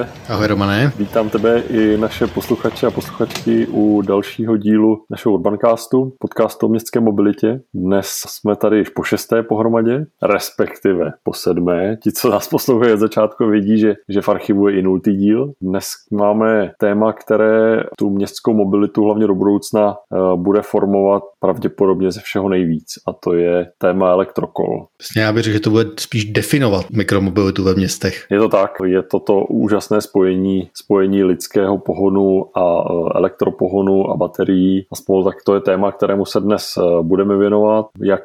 Martine. Ahoj Romane. Vítám tebe i naše posluchače a posluchačky u dalšího dílu našeho Urbancastu, podcastu o městské mobilitě. Dnes jsme tady po 6. pohromadě, respektive po 7. Ti, co nás poslouchají od začátku, vědí, že v archivu je i 0. díl. Dnes máme téma, které tu městskou mobilitu hlavně do budoucna bude formovat pravděpodobně ze všeho nejvíc, a to je téma elektrokol. Vlastně já bych řekl, že to bude spíš definovat mikromobilitu ve městech. Je to tak, je to úžasné spojení lidského pohonu a elektropohonu a baterií a spolu, tak to je téma, kterému se dnes budeme věnovat, jak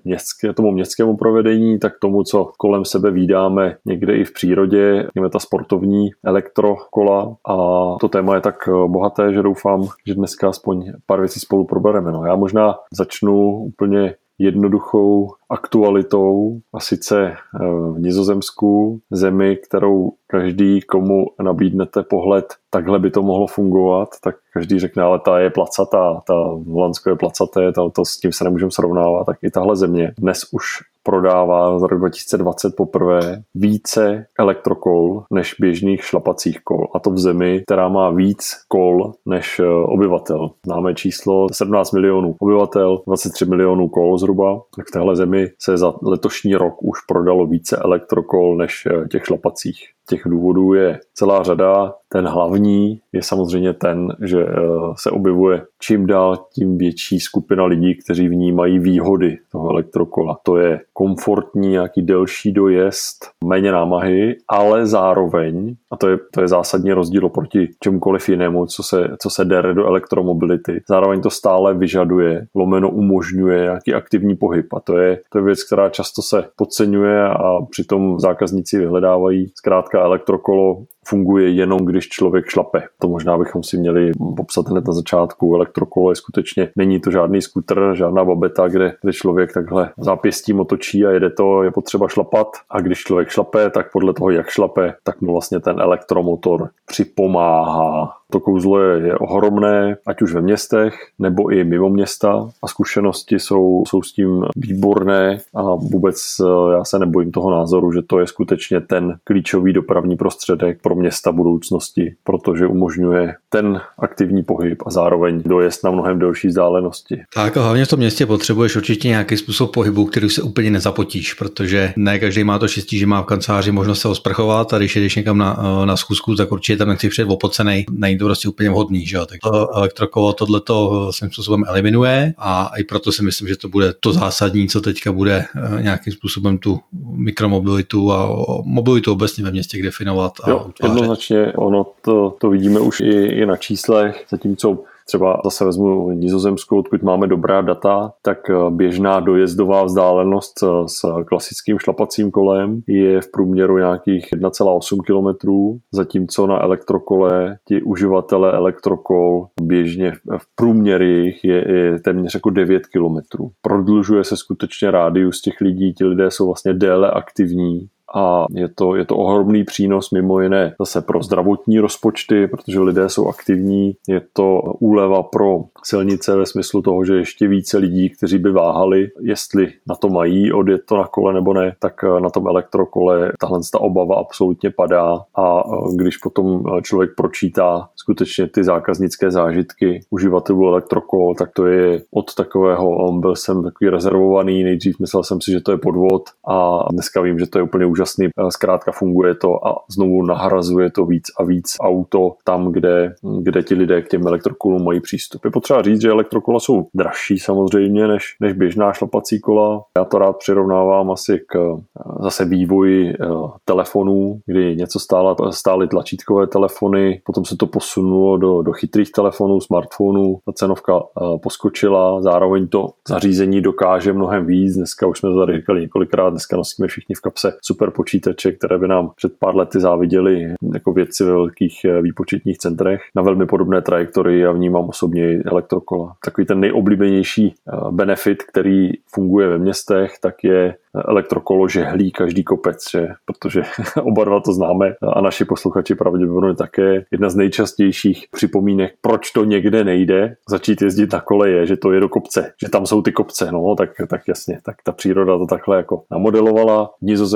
tomu městskému provedení, tak tomu, co kolem sebe vídáme někde i v přírodě, ta sportovní elektrokola, a to téma je tak bohaté, že doufám, že dneska aspoň pár věcí spolu probereme. No, já možná začnu úplně jednoduchou aktualitou, a sice v Nizozemsku, zemi, kterou každý, komu nabídnete pohled, takhle by to mohlo fungovat, tak každý řekne, ale ta je placatá, ta Holandsko je placaté, to s tím se nemůžeme srovnávat, tak i tahle země dnes už prodává za rok 2020 poprvé více elektrokol než běžných šlapacích kol. A to v zemi, která má víc kol než obyvatel. Známé číslo 17 milionů obyvatel, 23 milionů kol zhruba. Tak v téhle zemi se za letošní rok už prodalo více elektrokol než těch šlapacích. Těch důvodů je celá řada. Ten hlavní je samozřejmě ten, že se objevuje čím dál tím větší skupina lidí, kteří vnímají výhody toho elektrokola. To je komfortní, nějaký delší dojezd, méně námahy, ale zároveň, a to je zásadní rozdíl oproti čemukoliv jinému, co se dere do elektromobility, zároveň to stále vyžaduje, lomeno umožňuje nějaký aktivní pohyb. A to je věc, která často se podceňuje a přitom zákazníci vyhledávají. Zkrátka elektrokolo funguje jenom, když člověk šlape. To možná bychom si měli popsat hned na začátku. Elektrokolo je skutečně, není to žádný skútr, žádná babeta, kde člověk takhle zápěstím otočí a jede to, je potřeba šlapat. A když člověk šlape, tak podle toho, jak šlape, tak mu vlastně ten elektromotor připomáhá. To kouzlo je ohromné, ať už ve městech, nebo i mimo města, a zkušenosti jsou s tím výborné a vůbec já se nebojím toho názoru, že to je skutečně ten klíčový dopravní prostředek pro města budoucnosti, protože umožňuje ten aktivní pohyb a zároveň dojezd na mnohem delší vzdálenosti. Tak a hlavně v tom městě potřebuješ určitě nějaký způsob pohybu, který se úplně nezapotíš, protože ne každý má to štěstí, že má v kanceláři možnost se osprchovat, a když jdeš někam na schůzku, tak určitě tam nechci přijít opocenej, není to prostě úplně vhodný, že jo. Tak elektrokolo tohleto svým způsobem eliminuje, a i proto si myslím, že to bude to zásadní, co teďka bude nějakým způsobem tu mikromobilitu a mobilitu obecně ve městě definovat a utvářet. Jednoznačně ono to vidíme už i na číslech, zatímco třeba zase vezmu Nizozemsku, odkud máme dobrá data, tak běžná dojezdová vzdálenost s klasickým šlapacím kolem je v průměru nějakých 1,8 kilometrů, zatímco na elektrokole ti uživatelé elektrokol běžně v průměru je téměř jako 9 kilometrů. Prodlužuje se skutečně rádius těch lidí, ti lidé jsou vlastně déle aktivní. A je to ohromný přínos mimo jiné zase pro zdravotní rozpočty, protože lidé jsou aktivní. Je to úleva pro silnice ve smyslu toho, že ještě více lidí, kteří by váhali, jestli na to mají odjet to na kole nebo ne, tak na tom elektrokole tahle obava absolutně padá. A když potom člověk pročítá skutečně ty zákaznické zážitky uživatelů elektrokol, tak to je od takového, byl jsem takový rezervovaný, nejdřív myslel jsem si, že to je podvod, a dneska vím, že to je úplně úžasný. Zkrátka funguje to a znovu nahrazuje to víc a víc auto tam, kde ti lidé k těm elektrokolům mají přístup. Je potřeba říct, že elektrokola jsou dražší samozřejmě než běžná šlapací kola. Já to rád přirovnávám asi k zase vývoji telefonů, kdy něco stály tlačítkové telefony, potom se to posunulo do chytrých telefonů, smartphonů, ta cenovka poskočila, zároveň to zařízení dokáže mnohem víc. Dneska už jsme to tady říkali několikrát, dneska nosíme všichni v kapse super počítače, které by nám před pár lety záviděli jako vědci ve velkých výpočetních centrech. Na velmi podobné trajektorii já vnímám osobně elektrokola. Takový ten nejoblíbenější benefit, který funguje ve městech, tak je elektrokolo žehlí každý kopec, že? Protože oba dva to známe a naši posluchači pravděpodobně také. Jedna z nejčastějších připomínek, proč to někde nejde začít jezdit na kole, je, že to je do kopce, že tam jsou ty kopce, no tak jasně, tak ta příroda to takhle jako namodelovala. V Nizozemsku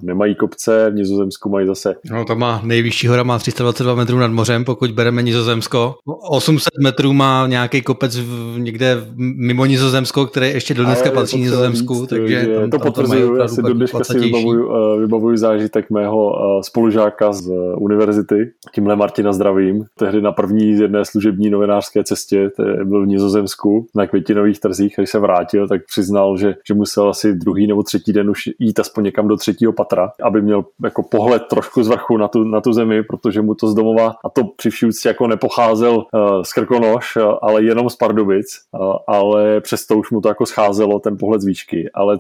nemají kopce, v Nizozemsku mají zase... No, tam má nejvyšší hora, má 322 metrů nad mořem, pokud bereme Nizozemsko. 800 metrů má nějaký kopec někde mimo Nizozemsko, který ještě do dneska patří Nizozemsku, takže to potvrzuju, já si do dneška si vybavuju zážitek mého spolužáka z univerzity, tímhle Martina zdravím, tehdy na první z jedné služební novinářské cestě, byl v Nizozemsku na květinových trzích, když se vrátil, tak přiznal, že musel asi druhý nebo třetí den už jít aspoň někam do 3. patra, aby měl jako pohled trošku z vrchu na tu zemi, protože mu to z domova, a to při vší úctě jako nepocházel z Krkonoš, ale jenom z Pardubic, ale přesto už mu to jako scházelo ten pohled z výšky. Ale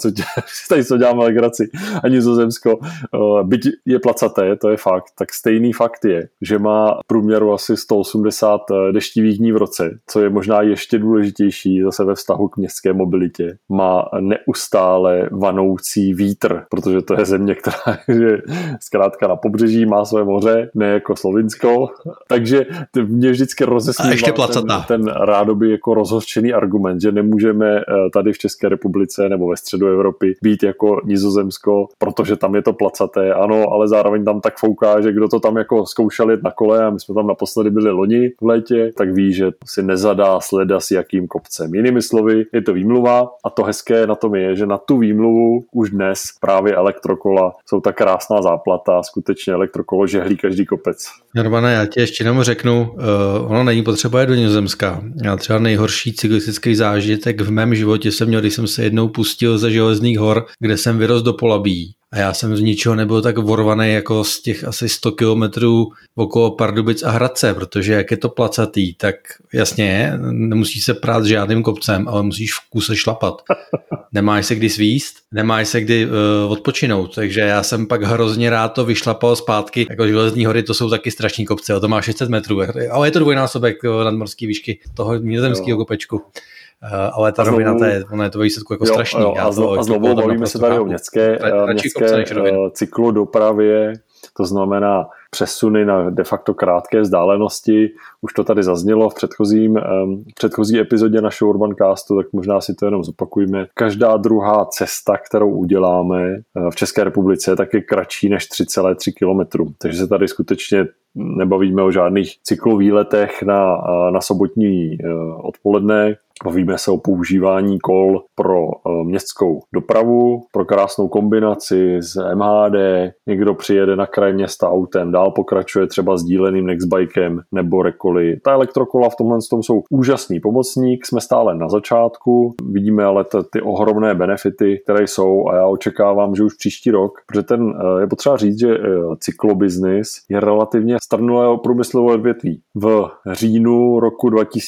co děláme legraci a Nizozemsko, byť je placaté, to je fakt, tak stejný fakt je, že má průměru asi 180 deštivých dní v roce, co je možná ještě důležitější zase ve vztahu k městské mobilitě. Má neustále vanoucí vítr, protože to je země, která je zkrátka na pobřeží, má své moře, ne jako Slovinsko, takže mě vždycky rozesmívá ten rádoby jako rozhořčený argument, že nemůžeme tady v České republice nebo ve středu Evropy být jako Nizozemsko, protože tam je to placaté, ano, ale zároveň tam tak fouká, že kdo to tam jako zkoušel jet na kole, a my jsme tam naposledy byli loni v létě, tak ví, že si nezadá sleda s jakým kopcem. Jinými slovy, je to výmluva, a to hezké na tom je, že na tu výmluvu už dnes právě elektrokola jsou ta krásná záplata, skutečně elektrokolo žehlí každý kopec. Normálně, já ti ještě jenom řeknu, ono není potřeba jít do Nizozemska. Já třeba nejhorší cyklistický zážitek v mém životě jsem měl, když jsem se jednou pustil ze Železných hor, kde jsem vyrostl do Polabí. A já jsem z ničeho nebyl tak vorvaný jako z těch asi 100 kilometrů okolo Pardubic a Hradce, protože jak je to placatý, tak jasně, nemusíš se prát s žádným kopcem, ale musíš v kuse šlapat. Nemáš se kdy svíst, nemáš se kdy odpočinout, takže já jsem pak hrozně rád to vyšlapal zpátky. Jako Železní hory, to jsou taky strašný kopce, to má 600 metrů, ale je to dvojnásobek nadmorské výšky toho nizozemského kopečku. Ale ta rovina, ona je to výsledku jako strašný. A znovu bavíme se tady o městské cyklodopravě, to znamená přesuny na de facto krátké vzdálenosti. Už to tady zaznělo v předchozí epizodě našeho Urbancastu, tak možná si to jenom zopakujeme. Každá druhá cesta, kterou uděláme v České republice, tak je kratší než 3,3 kilometru. Takže se tady skutečně nebavíme o žádných cyklovýletech na sobotní odpoledne. Bavíme se o používání kol pro městskou dopravu, pro krásnou kombinaci s MHD, někdo přijede na kraj města autem, dál pokračuje třeba sdíleným Nextbikem nebo Recoly. Ta elektrokola v tomhle jsou úžasný pomocník, jsme stále na začátku, vidíme ale ty ohromné benefity, které jsou, a já očekávám, že už příští rok, protože je potřeba říct, že cyklobiznis je relativně strnulé průmyslové odvětví. V říjnu roku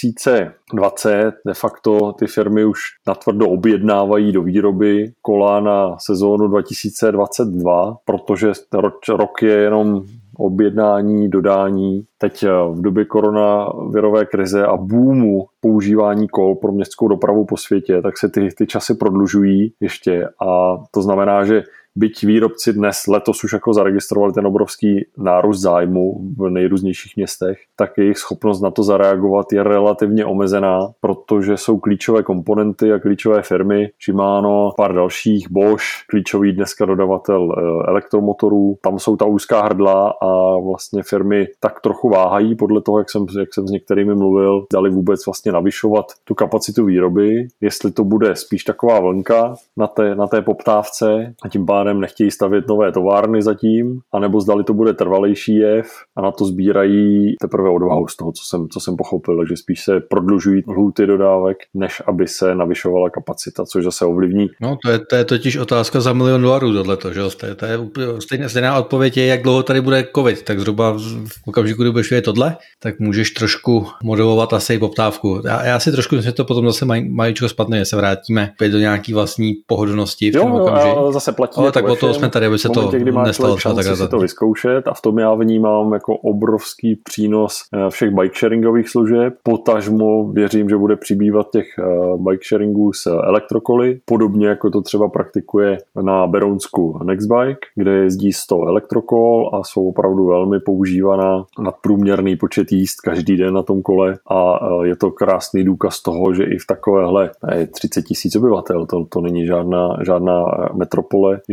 2020 de facto ty firmy už natvrdo objednávají do výroby kola na sezónu 2022, protože rok je jenom objednání, dodání. Teď v době koronavirové krize a boomu používání kol pro městskou dopravu po světě, tak se ty časy prodlužují ještě, a to znamená, že byť výrobci letos už jako zaregistrovali ten obrovský nárůst zájmu v nejrůznějších městech, tak jejich schopnost na to zareagovat je relativně omezená, protože jsou klíčové komponenty a klíčové firmy, Shimano, pár dalších, Bosch, klíčový dneska dodavatel elektromotorů, tam jsou ta úzká hrdla a vlastně firmy tak trochu váhají podle toho, jak jsem s některými mluvil, dali vůbec vlastně navyšovat tu kapacitu výroby, jestli to bude spíš taková vlnka na té poptávce a tím pádem nechtějí stavět nové továrny zatím, anebo zdali to bude trvalejší jev a na to sbírají teprve odvahu z toho, co jsem pochopil, takže spíš se prodlužují lhůty dodávek, než aby se navyšovala kapacita, což zase ovlivní. No to je totiž otázka za $1 milion tohleto, že jo? To je stejná odpověď je, jak dlouho tady bude covid, tak zhruba v okamžiku, kdy budeš vědět tohle, tak můžeš trošku modelovat asi poptávku. Já si trošku myslím, že to potom zase maličko spadne, že se vrátíme opět do nějaký vlastní pohodlnosti v tom okamžiku. Zase platí. Ale tak o toho jsme tady, aby se to nestalo. Si to vyzkoušet, a v tom já vnímám jako obrovský přínos všech bike sharingových služeb. Potažmo věřím, že bude přibývat těch bike sharingů s elektrokoly, podobně jako to třeba praktikuje na Berounsku Nextbike, kde jezdí 100 elektrokol a jsou opravdu velmi používaná nadprůměrný počet jízd každý den na tom kole, a je to krásný důkaz toho, že i v takovéhle 30 000 obyvatel, to není žádná metropole, že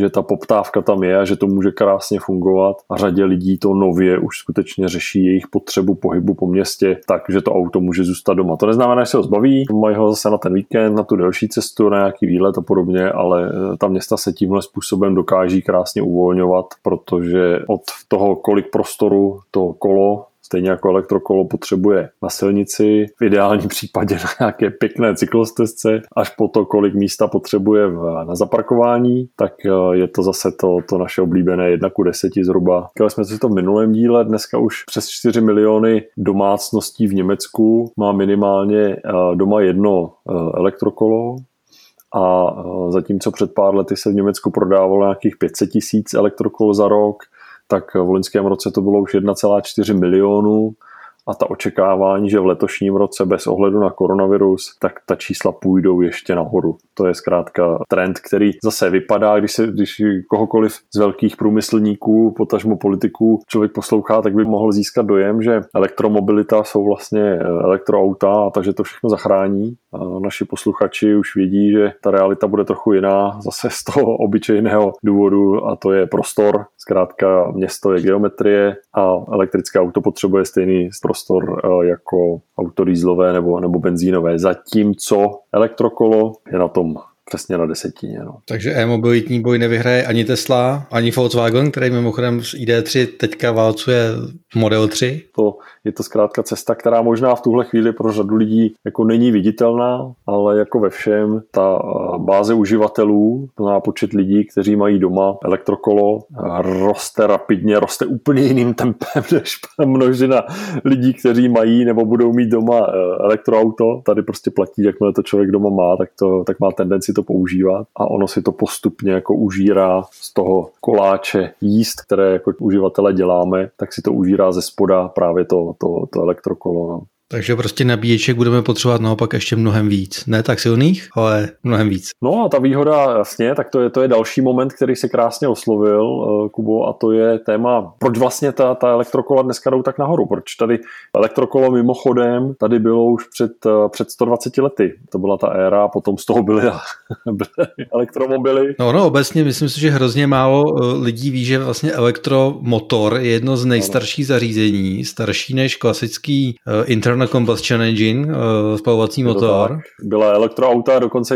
že ta poptávka tam je a že to může krásně fungovat a řadě lidí to nově už skutečně řeší jejich potřebu pohybu po městě tak, že to auto může zůstat doma. To neznamená, že se ho zbaví, mají ho zase na ten víkend, na tu delší cestu, na nějaký výlet a podobně, ale ta města se tímhle způsobem dokáží krásně uvolňovat, protože od toho, kolik prostoru to kolo stejně jako elektrokolo potřebuje na silnici, v ideálním případě na nějaké pěkné cyklostezce, až po to, kolik místa potřebuje na zaparkování, tak je to zase to naše oblíbené 1:10 zhruba. Říkali jsme si to v minulém díle, dneska už přes 4 miliony domácností v Německu má minimálně doma jedno elektrokolo, a zatímco před pár lety se v Německu prodávalo nějakých 500 000 elektrokol za rok, tak v loňském roce to bylo už 1,4 milionu a ta očekávání, že v letošním roce bez ohledu na koronavirus, tak ta čísla půjdou ještě nahoru. To je zkrátka trend, který zase vypadá, když kohokoliv z velkých průmyslníků, potažmo politiků člověk poslouchá, tak by mohl získat dojem, že elektromobilita jsou vlastně elektroauta a takže to všechno zachrání. A naši posluchači už vidí, že ta realita bude trochu jiná, zase z toho obyčejného důvodu, a to je prostor. Zkrátka město je geometrie a elektrické auto potřebuje stejný prostor jako auto dieselové nebo benzínové. Zatímco elektrokolo je na tom přesně na 10. No. Takže e-mobilitní boj nevyhraje ani Tesla, ani Volkswagen, který mimochodem z ID3 teďka válcuje Model 3. Je to zkrátka cesta, která možná v tuhle chvíli pro řadu lidí jako není viditelná, ale jako ve všem ta báze uživatelů, to znamená počet lidí, kteří mají doma elektrokolo, roste rapidně, roste úplně jiným tempem než množina lidí, kteří mají nebo budou mít doma elektroauto. Tady prostě platí, jakmile to člověk doma má, tak má tendenci to používat a ono si to postupně jako užírá z toho koláče jíst, které jako uživatelé děláme, tak si to užírá ze spoda právě to elektrokolo. No. Takže prostě nabíječek budeme potřebovat naopak ještě mnohem víc. Ne tak silných, ale mnohem víc. No a ta výhoda, jasně, tak to je další moment, který se krásně oslovil, Kubo, a to je téma, proč vlastně ta elektrokola dneska jdou tak nahoru. Proč tady elektrokolo mimochodem tady bylo už před 120 lety. To byla ta éra, potom z toho byly elektromobily. No, obecně myslím si, že hrozně málo lidí ví, že vlastně elektromotor je jedno z nejstarších zařízení, starší než klasický internal combustion engine, spalovací motor. Tak. Byla elektroauta, dokonce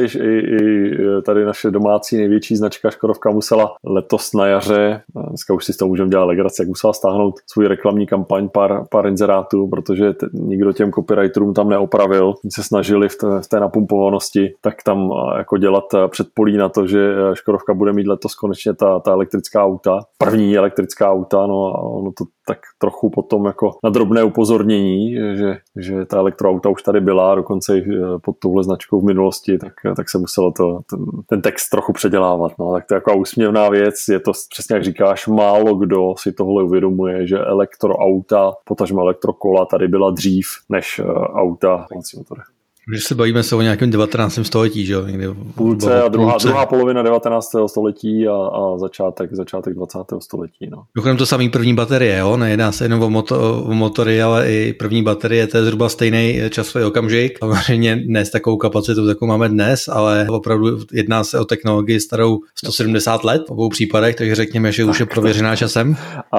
i tady naše domácí největší značka Škodovka musela letos na jaře, dneska už si s toho můžeme dělat legraci, jak musela stáhnout svůj reklamní kampaň pár inzerátů, protože nikdo těm copywriterům tam neopravil. Oni se snažili v té napumpovanosti, tak tam jako dělat předpolí na to, že Škodovka bude mít letos konečně ta elektrická auta, první elektrická auta, no a ono to tak trochu potom jako na drobné upozornění, že ta elektroauta už tady byla, dokonce i pod touhle značkou v minulosti, tak se muselo ten text trochu předělávat. No. Tak to je jako úsměvná věc, je to přesně jak říkáš, málo kdo si tohle uvědomuje, že elektroauta, potažmo elektrokola tady byla dřív než auta. Že se bavíme se o nějakém 19. století, že jo? Půlce a druhá polovina 19. století a začátek 20. století. No. Mimochodem to samý první baterie, jo? Nejedná se jenom o motory, ale i první baterie, to je zhruba stejný časový okamžik. Samozřejmě ne s takovou kapacitou, jakou máme dnes, ale opravdu jedná se o technologii starou 170 let v obou případech, takže řekněme, že už je prověřená časem.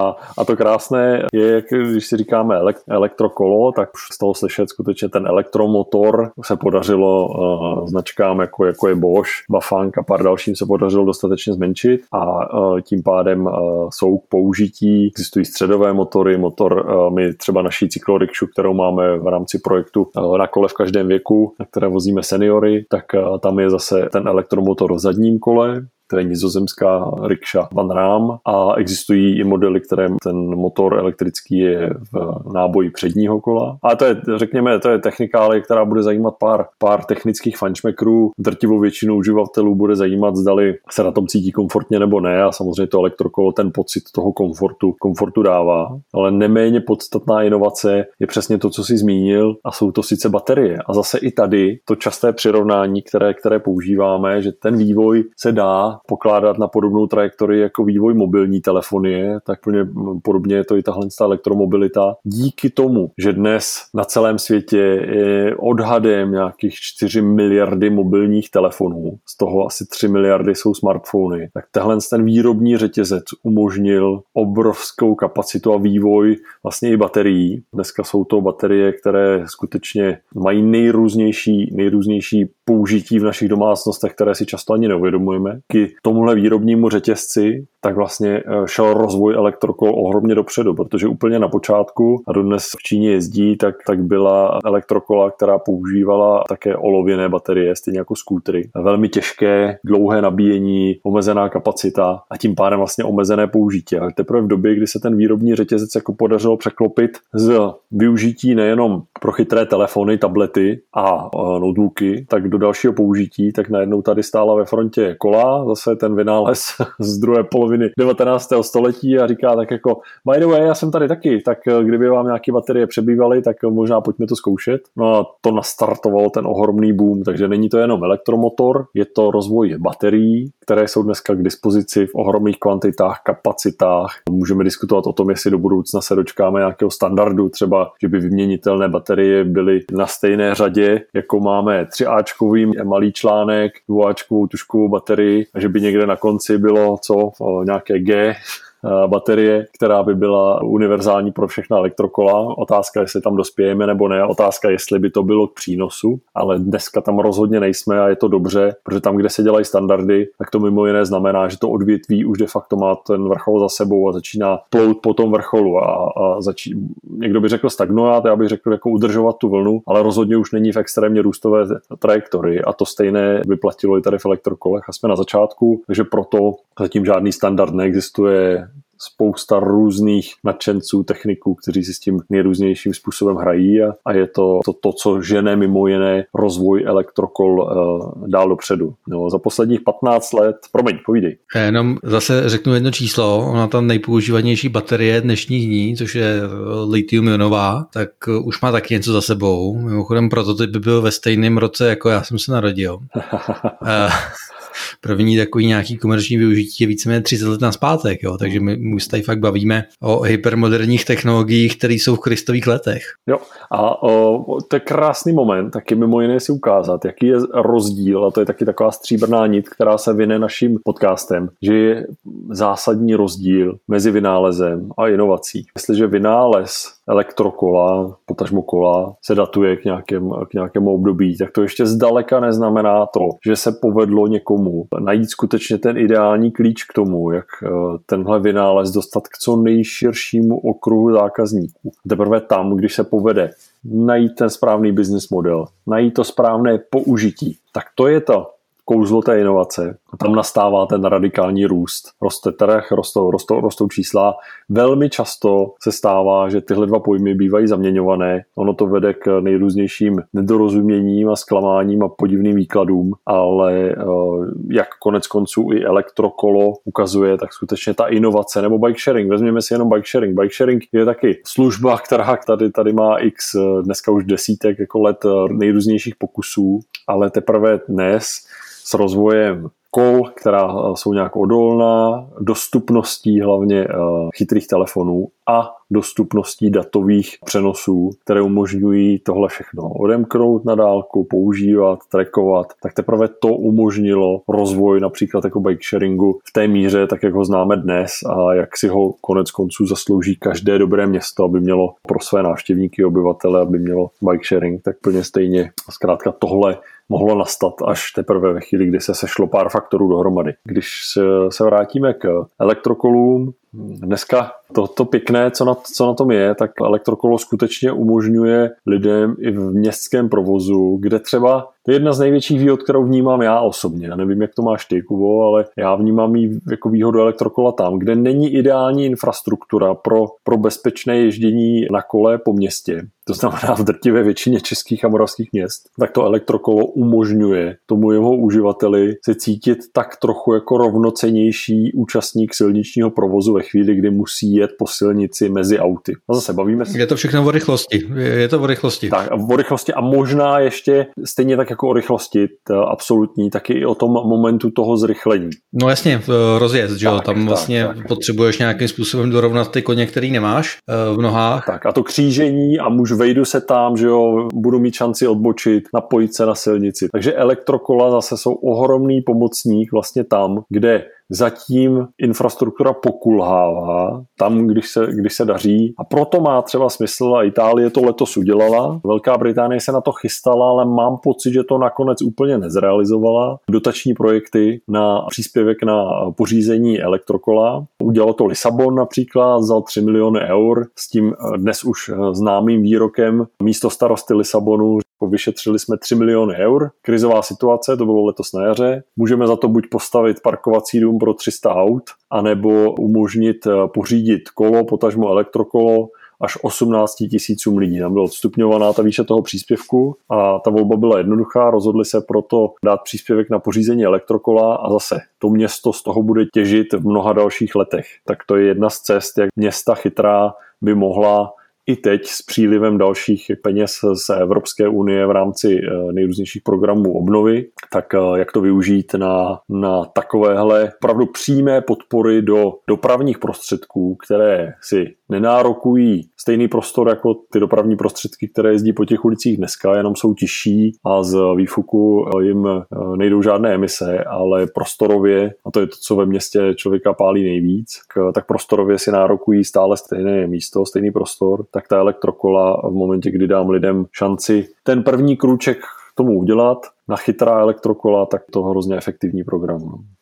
A to krásné je, když si říkáme elektrokolo, tak z toho slyšet skutečně ten elektromotor se podařilo značkám, jako je Bosch, Bafang a pár dalším se podařilo dostatečně zmenšit a tím pádem jsou k použití. Existují středové motory, my třeba naší cyklorikšu, kterou máme v rámci projektu na kole v každém věku, na které vozíme seniory, tak tam je zase ten elektromotor v zadním kole, to je nizozemská rikša Van Ram a existují i modely, které ten motor elektrický je v náboji předního kola. A to je technikálie, která bude zajímat pár technických fajnšmekrů. Drtivou většinu uživatelů bude zajímat, zdali se na tom cítí komfortně nebo ne a samozřejmě to elektrokolo ten pocit toho komfortu dává. Ale neméně podstatná inovace je přesně to, co jsi zmínil a jsou to sice baterie. A zase i tady to časté přirovnání, které používáme, že ten vývoj se dá dá pokládat na podobnou trajektorii jako vývoj mobilní telefonie, tak podobně je to i tahle elektromobilita. Díky tomu, že dnes na celém světě je odhadem nějakých 4 miliardy mobilních telefonů, z toho asi 3 miliardy jsou smartfony, tak ten výrobní řetězec umožnil obrovskou kapacitu a vývoj vlastně i baterií. Dneska jsou to baterie, které skutečně mají nejrůznější použití v našich domácnostech, které si často ani neuvědomujeme. K tomuhle výrobnímu řetězci tak vlastně šel rozvoj elektrokol ohromně dopředu, protože úplně na počátku, a dodnes v Číně jezdí, tak byla elektrokola, která používala také olověné baterie, stejně jako skútry. Velmi těžké, dlouhé nabíjení, omezená kapacita a tím pádem vlastně omezené použití. A teprve v době, kdy se ten výrobní řetězec jako podařilo překlopit z využití nejenom pro chytré telefony, tablety a notebooky, tak do dalšího použití, tak najednou tady stála ve frontě kola, zase ten vynález z druhé poloviny 19. století a říká tak jako by the way, já jsem tady taky, tak kdyby vám nějaké baterie přebývaly, tak možná pojďme to zkoušet. No a to nastartovalo ten ohromný boom, takže není to jenom elektromotor, je to rozvoj baterií, které jsou dneska k dispozici v ohromných kvantitách, kapacitách. Můžeme diskutovat o tom, jestli do budoucna se dočkáme nějakého standardu, třeba, že by vyměnitelné baterie byly na stejné řadě, jako máme 3áčkový malý článek, 2áčkovou tužkovou baterii, a že by někde na konci bylo nějaké G baterie, která by byla univerzální pro všechna elektrokola. Otázka, jestli tam dospějeme nebo ne, otázka, jestli by to bylo k přínosu, ale dneska tam rozhodně nejsme a je to dobře, protože tam, kde se dělají standardy, tak to mimo jiné znamená, že to odvětví už de facto má ten vrchol za sebou a začíná plout po tom vrcholu a někdo by řekl stagnovat, já bych řekl jako udržovat tu vlnu, ale rozhodně už není v extrémně růstové trajektorii a to stejné by platilo i tady v elektrokolech a jsme na začátku, takže proto zatím žádný standard neexistuje. Spousta různých nadšenců, techniků, kteří si s tím nejrůznějším způsobem hrají a je to, co žene mimo jiné rozvoj elektrokol dál dopředu. No, za posledních 15 let, povídej. Já jenom zase řeknu jedno číslo, ona ta nejpoužívanější baterie dnešních dní, což je lithium-ionová, tak už má taky něco za sebou. Mimochodem prototyp by byl ve stejném roce, jako já jsem se narodil. První takový nějaký komerční využití je víceméně 30 let nazpátek, jo? Takže my se tady fakt bavíme o hypermoderních technologiích, které jsou v kristových letech. Jo, a to je krásný moment, taky mimo jiné si ukázat, jaký je rozdíl, a to je taky taková stříbrná nit, která se vyne naším podcastem, že je zásadní rozdíl mezi vynálezem a inovací. Jestliže vynález elektrokola, potažmo kola se datuje k nějakému období, tak to ještě zdaleka neznamená to, že se povedlo někomu najít skutečně ten ideální klíč k tomu, jak tenhle vynález dostat k co nejširšímu okruhu zákazníků. Teprve tam, když se povede najít ten správný business model, najít to správné použití, tak to je to kouzlo té inovace. Tam nastává ten radikální růst. Roste trh, rostou čísla. Velmi často se stává, že tyhle dva pojmy bývají zaměňované. Ono to vede k nejrůznějším nedorozuměním a zklamáním a podivným výkladům, ale jak konec konců i elektrokolo ukazuje, tak skutečně ta inovace nebo bike sharing. Vezměme si jenom bike sharing. Bike sharing je taky služba, která tady má dneska už desítek jako let nejrůznějších pokusů, ale teprve dnes s rozvojem kol, která jsou nějak odolná, dostupností hlavně chytrých telefonů a dostupností datových přenosů, které umožňují tohle všechno odemknout na dálku, používat, trackovat, tak teprve to umožnilo rozvoj například jako bike sharingu v té míře, tak jak ho známe dnes a jak si ho konec konců zaslouží každé dobré město, aby mělo pro své návštěvníky, obyvatele, aby mělo bike sharing, tak plně stejně. Zkrátka tohle mohlo nastat až teprve ve chvíli, kdy se sešlo pár faktorů dohromady. Když se vrátíme k elektrokolům, dneska to pěkné, co na tom je, tak elektrokolo skutečně umožňuje lidem i v městském provozu, kde třeba to je jedna z největších výhod, kterou vnímám já osobně. Já nevím, jak to máš ty, Kubo, ale já vnímám jí jako výhodu elektrokola tam, kde není ideální infrastruktura pro bezpečné ježdění na kole po městě. To znamená v drtivé většině českých a moravských měst. Tak to elektrokolo umožňuje tomu jeho uživateli se cítit tak trochu jako rovnocennější účastník silničního provozu ve chvíli, kdy musí jet po silnici mezi auty. A zase bavíme se. Je to všechno o rychlosti. Je to o rychlosti. Tak, o rychlosti a možná ještě stejně tak jako o rychlosti absolutní, taky i o tom momentu toho zrychlení. No jasně, rozjezd, že jo, tam vlastně potřebuješ nějakým způsobem dorovnat ty koně, který nemáš v nohách. Tak a to křížení a vejdu se tam, že jo, budu mít šanci odbočit, napojit se na silnici. Takže elektrokola zase jsou ohromný pomocník vlastně tam, kde zatím infrastruktura pokulhává, tam, když se daří. A proto má třeba smysl, a Itálie to letos udělala, Velká Británie se na to chystala, ale mám pocit, že to nakonec úplně nezrealizovala. Dotační projekty na příspěvek na pořízení elektrokola. Udělal to Lisabon například, vzal 3 miliony eur s tím dnes už známým výrokem místo starosty Lisabonu. Vyšetřili jsme 3 miliony eur. Krizová situace, to bylo letos na jaře. Můžeme za to buď postavit parkovací dům pro 300 aut, anebo umožnit pořídit kolo, potažmo elektrokolo, až 18 000 lidí. Tam byla odstupňovaná ta výše toho příspěvku a ta volba byla jednoduchá. Rozhodli se proto dát příspěvek na pořízení elektrokola a zase to město z toho bude těžit v mnoha dalších letech. Tak to je jedna z cest, jak města chytrá by mohla i teď s přílivem dalších peněz z Evropské unie v rámci nejrůznějších programů obnovy, tak jak to využít na takovéhle opravdu přímé podpory do dopravních prostředků, které si nenárokují stejný prostor jako ty dopravní prostředky, které jezdí po těch ulicích dneska, jenom jsou tižší a z výfuku jim nejdou žádné emise, ale prostorově, a to je to, co ve městě člověka pálí nejvíc, tak prostorově si nárokují stále stejné místo, stejný prostor, tak ta elektrokola v momentě, kdy dám lidem šanci ten první krůček tomu udělat, na chytrá elektrokola, tak to hrozně efektivní program.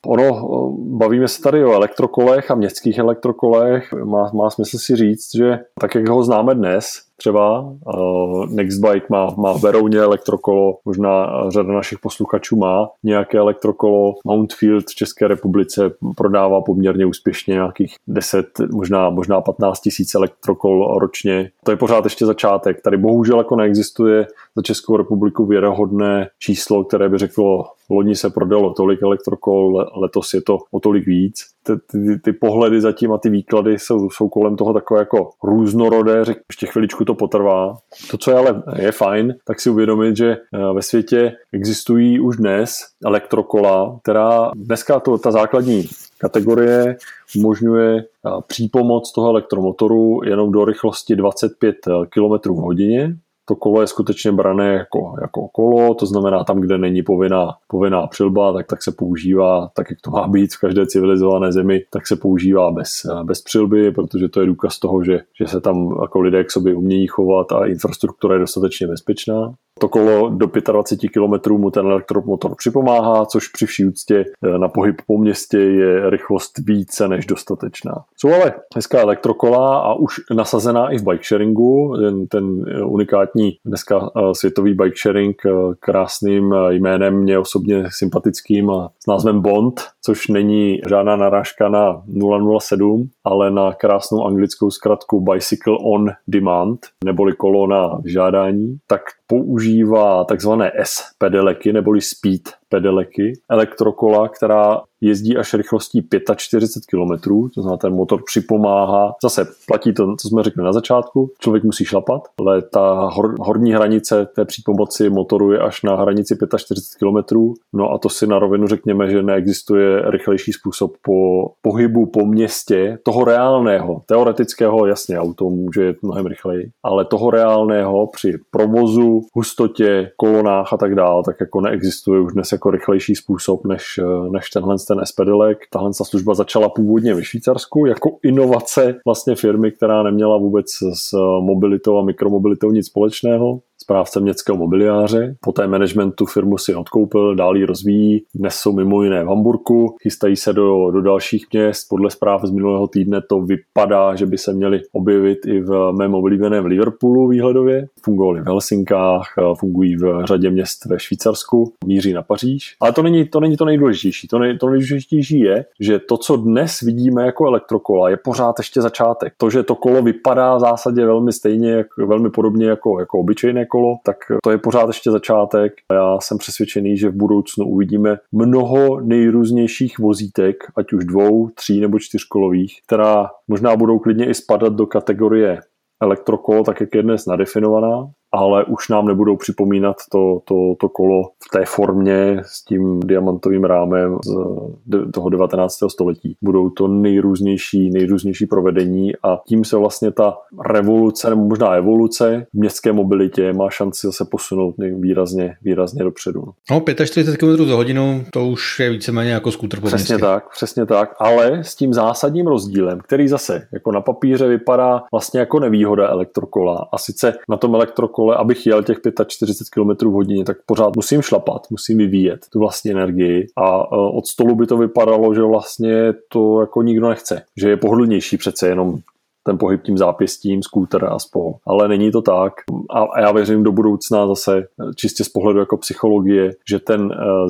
Bavíme se tady o elektrokolech a městských elektrokolech. Má smysl si říct, že tak, jak ho známe dnes, třeba Nextbike má v Berouně elektrokolo, možná řada našich posluchačů má nějaké elektrokolo. Mountfield v České republice prodává poměrně úspěšně nějakých 10, možná 15 tisíc elektrokol ročně. To je pořád ještě začátek. Tady bohužel jako neexistuje za Českou republiku věrohodné číslo, které by řeklo, loni se prodalo tolik elektrokol, letos je to o tolik víc. Ty pohledy zatím a ty výklady jsou kolem toho takové jako různorodé, ještě chviličku to potrvá. To, co je ale je fajn, tak si uvědomit, že ve světě existují už dnes elektrokola, která dneska ta základní kategorie umožňuje přípomoc toho elektromotoru jenom do rychlosti 25 km v hodině. To kolo je skutečně brané jako kolo, to znamená tam, kde není povinná přilba, tak se používá, tak jak to má být v každé civilizované zemi, tak se používá bez přilby, protože to je důkaz toho, že se tam jako lidé k sobě umějí chovat a infrastruktura je dostatečně bezpečná. To kolo do 25 km mu ten elektromotor připomáhá, což při vší úctě na pohyb po městě je rychlost více než dostatečná. Jsou ale dneska elektrokola a už nasazená i v bike sharingu, ten unikátní dneska světový bike sharing krásným jménem, mě osobně sympatickým a s názvem Bond, což není žádná narážka na 007, ale na krásnou anglickou zkratku Bicycle on Demand, neboli kolo na vyžádání, tak používá takzvané S-pedeleky neboli speed pedeleky, elektrokola, která jezdí až rychlostí 45 km, to znamená, ten motor připomáhá. Zase platí to, co jsme řekli na začátku, člověk musí šlapat, ale ta horní hranice té přípomoci motoru je až na hranici 45 km, no a to si na rovinu řekněme, že neexistuje rychlejší způsob po pohybu po městě, toho reálného, teoretického, jasně, auto může jet mnohem rychleji, ale toho reálného při provozu, hustotě, kolonách a tak dále, tak jako neexistuje už dnes jako rychlejší způsob než ten S-pedelek. Tahle služba začala původně ve Švýcarsku jako inovace vlastně firmy, která neměla vůbec s mobilitou a mikromobilitou nic společného. Správce městského mobiliáře, poté managementu firmu si odkoupil, dál ji rozvíjí. Dnes jsou mimo jiné v Hamburku, chystají se do dalších měst. Podle zpráv z minulého týdne to vypadá, že by se měli objevit i v mém oblíbeném Liverpoolu výhledově. Fungovali v Helsinkách, fungují v řadě měst ve Švýcarsku, míří na Paříž. Ale to není to nejdůležitější. To nejdůležitější je, že to, co dnes vidíme jako elektrokola, je pořád ještě začátek. To, že to kolo vypadá v zásadě velmi podobně jako obyčejné elektrokolo, tak to je pořád ještě začátek. Já jsem přesvědčený, že v budoucnu uvidíme mnoho nejrůznějších vozítek, ať už 2, 3 nebo 4kolových, která možná budou klidně i spadat do kategorie elektrokolo, tak jak je dnes nadefinovaná, ale už nám nebudou připomínat to kolo v té formě s tím diamantovým rámem z toho 19. století. Budou to nejrůznější provedení a tím se vlastně ta revoluce, nebo možná evoluce v městské mobilitě má šanci zase posunout výrazně dopředu. No, 45 km za hodinu, to už je víceméně jako skútr po městě. Přesně tak, ale s tím zásadním rozdílem, který zase jako na papíře vypadá vlastně jako nevýhoda elektrokola. A sice na tom elektrokole, abych jel těch 45 km v hodině, tak pořád musím šlapat, musím vyvíjet tu vlastní energii a od stolu by to vypadalo, že vlastně to jako nikdo nechce, že je pohodlnější přece jenom ten pohyb tím zápěstím, skútr a spol. Ale není to tak a já věřím do budoucna zase čistě z pohledu jako psychologie, že ten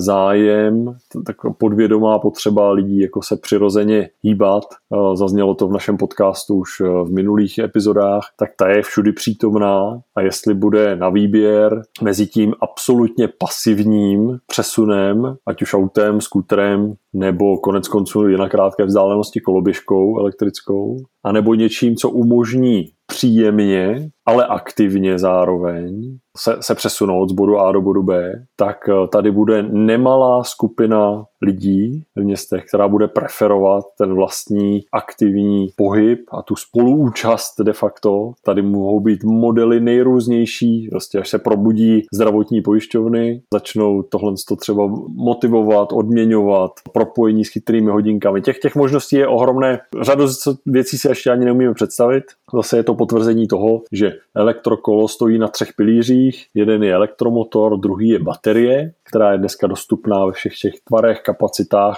zájem, tak podvědomá potřeba lidí jako se přirozeně hýbat, zaznělo to v našem podcastu už v minulých epizodách, tak ta je všudy přítomná a jestli bude na výběr mezi tím absolutně pasivním přesunem, ať už autem, skútrem, nebo konec konců je na krátké vzdálenosti koloběžkou elektrickou, anebo něčím, co umožní příjemně, ale aktivně zároveň se přesunout z bodu A do bodu B, tak tady bude nemalá skupina lidí v městech, která bude preferovat ten vlastní aktivní pohyb a tu spoluúčast de facto. Tady mohou být modely nejrůznější, prostě až se probudí zdravotní pojišťovny, začnou tohle třeba motivovat, odměňovat, propojení s chytrými hodinkami. Těch možností je ohromné. Řadu věcí si ještě ani neumíme představit. Zase je to potvrzení toho, že elektrokolo stojí na 3 pilířích. Jeden je elektromotor, druhý je baterie, která je dneska dostupná ve všech těch tvarech, kapacitách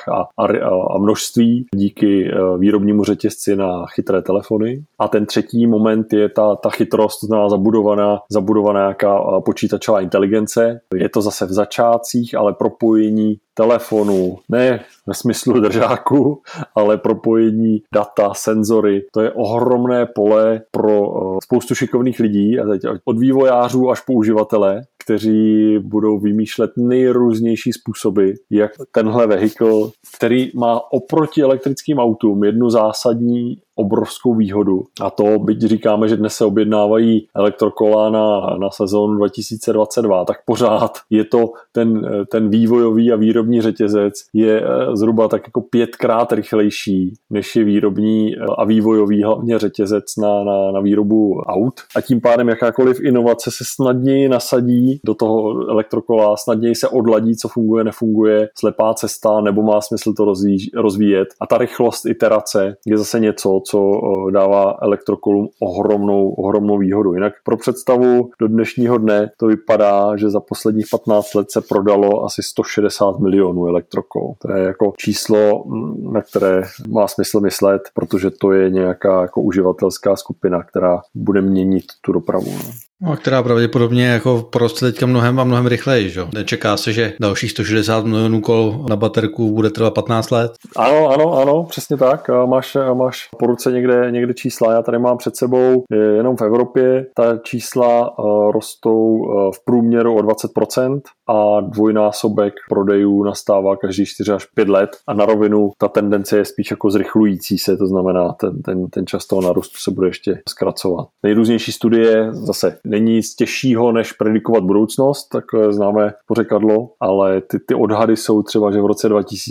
a množství díky výrobnímu řetězci na chytré telefony. A ten třetí moment je ta chytrost, to znamená zabudovaná nějaká počítačová inteligence. Je to zase v začátcích, ale propojení telefonu, ne ve smyslu držáku, ale propojení data, senzory. To je ohromné pole pro spoustu šikovných lidí, a teď od vývojářů až po uživatele, kteří budou vymýšlet nejrůznější způsoby, jak tenhle vehikl, který má oproti elektrickým autům jednu zásadní obrovskou výhodu. A to, byť říkáme, že dnes se objednávají elektrokola na sezónu 2022, tak pořád je to ten vývojový a výrobní řetězec je zhruba tak jako 5krát rychlejší, než je výrobní a vývojový hlavně řetězec na výrobu aut. A tím pádem jakákoliv inovace se snadněji nasadí do toho elektrokola, snadněji se odladí, co funguje, nefunguje, slepá cesta, nebo má smysl to rozvíjet. A ta rychlost iterace je zase něco, co dává elektrokolům ohromnou výhodu. Jinak pro představu do dnešního dne to vypadá, že za posledních 15 let se prodalo asi 160 milionů elektrokol. To je jako číslo, na které má smysl myslet, protože to je nějaká jako uživatelská skupina, která bude měnit tu dopravu. A která pravděpodobně jako poroste teďka mnohem rychleji, že? Nečeká se, že dalších 160 milionů kol na baterku bude trvat 15 let? Ano, přesně tak. Máš po ruce někde čísla, já tady mám před sebou, jenom v Evropě ta čísla rostou v průměru o 20% a dvojnásobek prodejů nastává každý 4 až 5 let a na rovinu ta tendence je spíš jako zrychlující se, to znamená ten čas toho narůstu se bude ještě zkracovat. Nejrůznější studie zase není nic těžšího, než predikovat budoucnost, tak známe pořekadlo, ale ty odhady jsou třeba, že v roce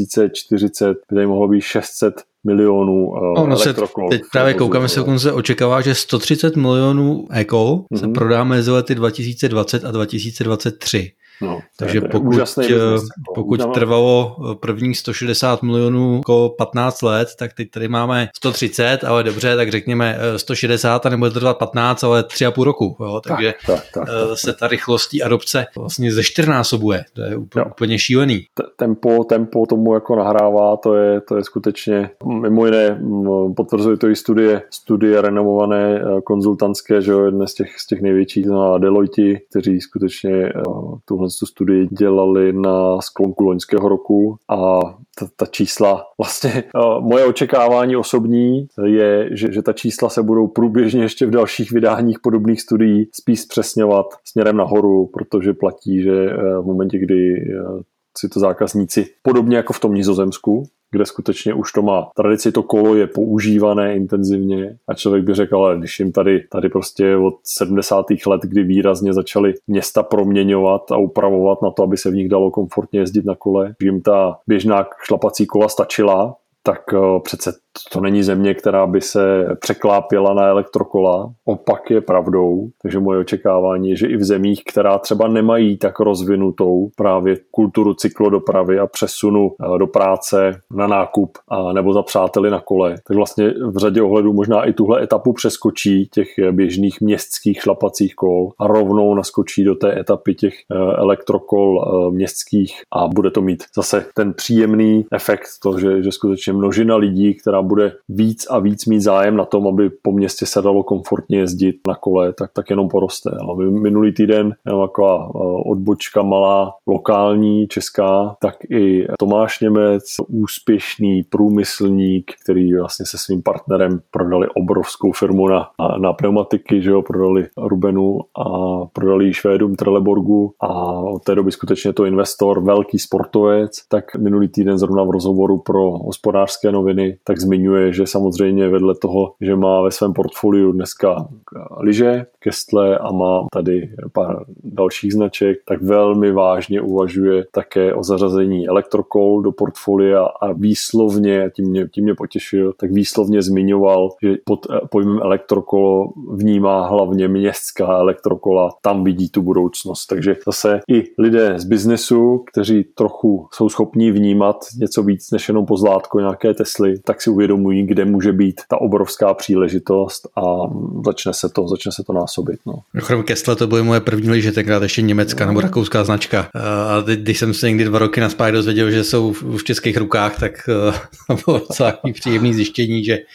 2040 by tady mohlo být 600 milionů elektrokol. Teď právě koukáme se, dokonce očekává, že 130 milionů ekol se prodá mezi lety 2020 a 2023. No, takže pokud trvalo prvních 160 milionů jako 15 let, tak teď tady máme 130, ale dobře, tak řekněme 160 a nebude to trvat 15, ale 3,5 roku. Jo? Takže tak. Se ta rychlost adopce vlastně ze4násobuje. To je úplně šílený. Tempo tomu jako nahrává, to je skutečně, mimo jiné potvrzuje to i studie renomované konzultantské, že jo, jedné z těch největších, Deloitte, kteří skutečně tuhle tuhle studii dělali na sklonku loňského roku a ta čísla, vlastně moje očekávání osobní je, že ta čísla se budou průběžně ještě v dalších vydáních podobných studií spíš zpřesňovat směrem nahoru, protože platí, že v momentě, kdy si to zákazníci, podobně jako v tom Nizozemsku, kde skutečně už to má tradici, to kolo je používané intenzivně a člověk by řekl, ale když jim tady prostě od 70. let, kdy výrazně začaly města proměňovat a upravovat na to, aby se v nich dalo komfortně jezdit na kole, že jim ta běžná šlapací kola stačila, tak přece to není země, která by se překlápěla na elektrokola. Opak je pravdou. Takže moje očekávání je, že i v zemích, která třeba nemají tak rozvinutou právě kulturu cyklodopravy a přesunu do práce, na nákup a nebo za přáteli na kole, tak vlastně v řadě ohledů možná i tuhle etapu přeskočí těch běžných městských šlapacích kol a rovnou naskočí do té etapy těch elektrokol městských a bude to mít zase ten příjemný efekt, to, že skutečně množina lidí, která bude víc a víc mít zájem na tom, aby po městě se dalo komfortně jezdit na kole, tak jenom poroste. Ale minulý týden jenom taková odbočka malá, lokální, česká, tak i Tomáš Němec, úspěšný průmyslník, který vlastně se svým partnerem prodali obrovskou firmu na pneumatiky, že jo, prodali Rubenu a prodali ji Švédům Trelleborgu a od té doby skutečně to investor, velký sportovec, tak minulý týden zrovna v rozhovoru pro Hospodářské noviny, tak zmiňuje, že samozřejmě vedle toho, že má ve svém portfoliu dneska lyže, Kestle a má tady pár dalších značek, tak velmi vážně uvažuje také o zařazení elektrokol do portfolia a výslovně, tím mě potěšil, tak výslovně zmiňoval, že pod pojmem elektrokolo vnímá hlavně městská elektrokola, tam vidí tu budoucnost. Takže zase i lidé z biznesu, kteří trochu jsou schopní vnímat něco víc než jenom pozlátko nějaké Tesly, tak si uvědomují, kde může být ta obrovská příležitost a začne se to násobit. No. Kromě Kestle to byly moje první lyže, tenkrát ještě německá nebo rakouská značka. A teď, když jsem se někdy 2 roky nazpát dozvěděl, že jsou v českých rukách, tak to bylo takový příjemný zjištění, že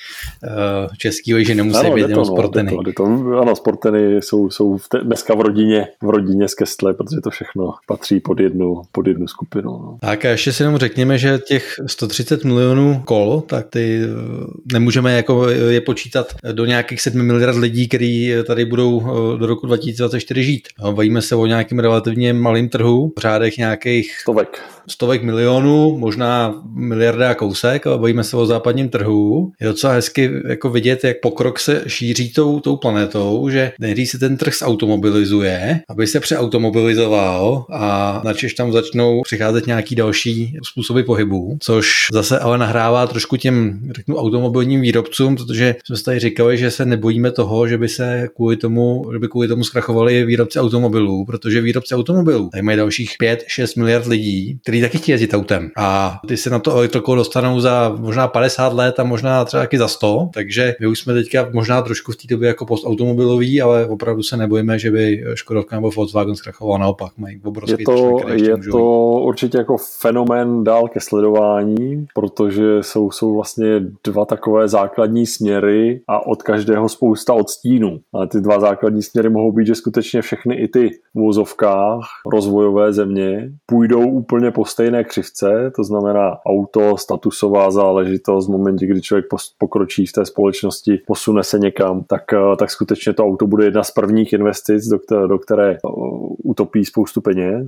český lyže nemusí být jenom Sporteny. Ano, Sporteny jsou dneska v rodině z Kestle, protože to všechno patří pod jednu skupinu. No. Tak a ještě si jenom řekněme, že těch 130 milionů kol, tak ty nemůžeme jako je počítat do nějakých 7 miliard lidí, kteří tady budou do roku 2024 žít. Bavíme se o nějakém relativně malém trhu, v řádech nějakých stovek milionů, možná miliarda a kousek, ale bavíme se o západním trhu. Je docela hezky jako vidět, jak pokrok se šíří tou planetou, že nejdřív se ten trh zautomobilizuje, aby se přeautomobilizoval a načež tam začnou přicházet nějaký další způsoby pohybu, což zase ale nahrává trošku těm, řeknu, automobilním výrobcům, protože jsme si tady říkali, že se nebojíme toho, že by kvůli tomu zkrachovali výrobci automobilů, protože výrobci automobilů tady mají dalších 5-6 miliard lidí, kteří taky chtějí jezdit autem. A ty se na to elektrokolo dostanou za možná 50 let a možná třeba taky za 100, takže my už jsme teďka možná trošku v té době jako postautomobilový, ale opravdu se nebojíme, že by Škodovka nebo Volkswagen zkrachoval, naopak mají obrovský Je to určitě jako fenomén dál ke sledování, protože jsou vlastně 2 takové základní směry a od každého spousta odstínů. Ale ty 2 základní směry mohou být, že skutečně všechny i ty v uvozovkách rozvojové země půjdou úplně po stejné křivce, to znamená auto, statusová záležitost, v momentě, kdy člověk pokročí v té společnosti, posune se někam, tak skutečně to auto bude jedna z prvních investic, do které utopí spoustu peněz,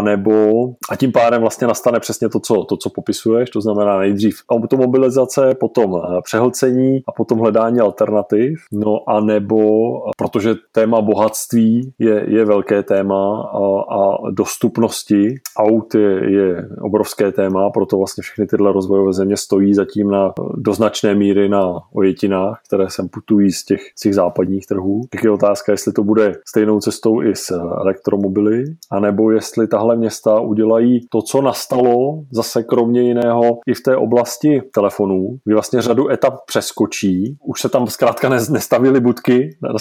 a tím pádem vlastně nastane přesně to, co popisuješ, to znamená nejdřív automobilizace, potom přehlcení a potom hledání alternativ, a nebo, protože téma bohatství je velké téma a dostupnosti aut je obrovské téma, proto vlastně všechny tyhle rozvojové země stojí zatím do značné míry na ojetinách, které sem putují z těch západních trhů. Tak je otázka, jestli to bude stejnou cestou i s elektromobily, anebo jestli tahle města udělají to, co nastalo zase kromě jiného i v té oblasti telefonů, kdy vlastně řadu etap přeskočí. Už se tam zkrátka nestavily budky na silnicích,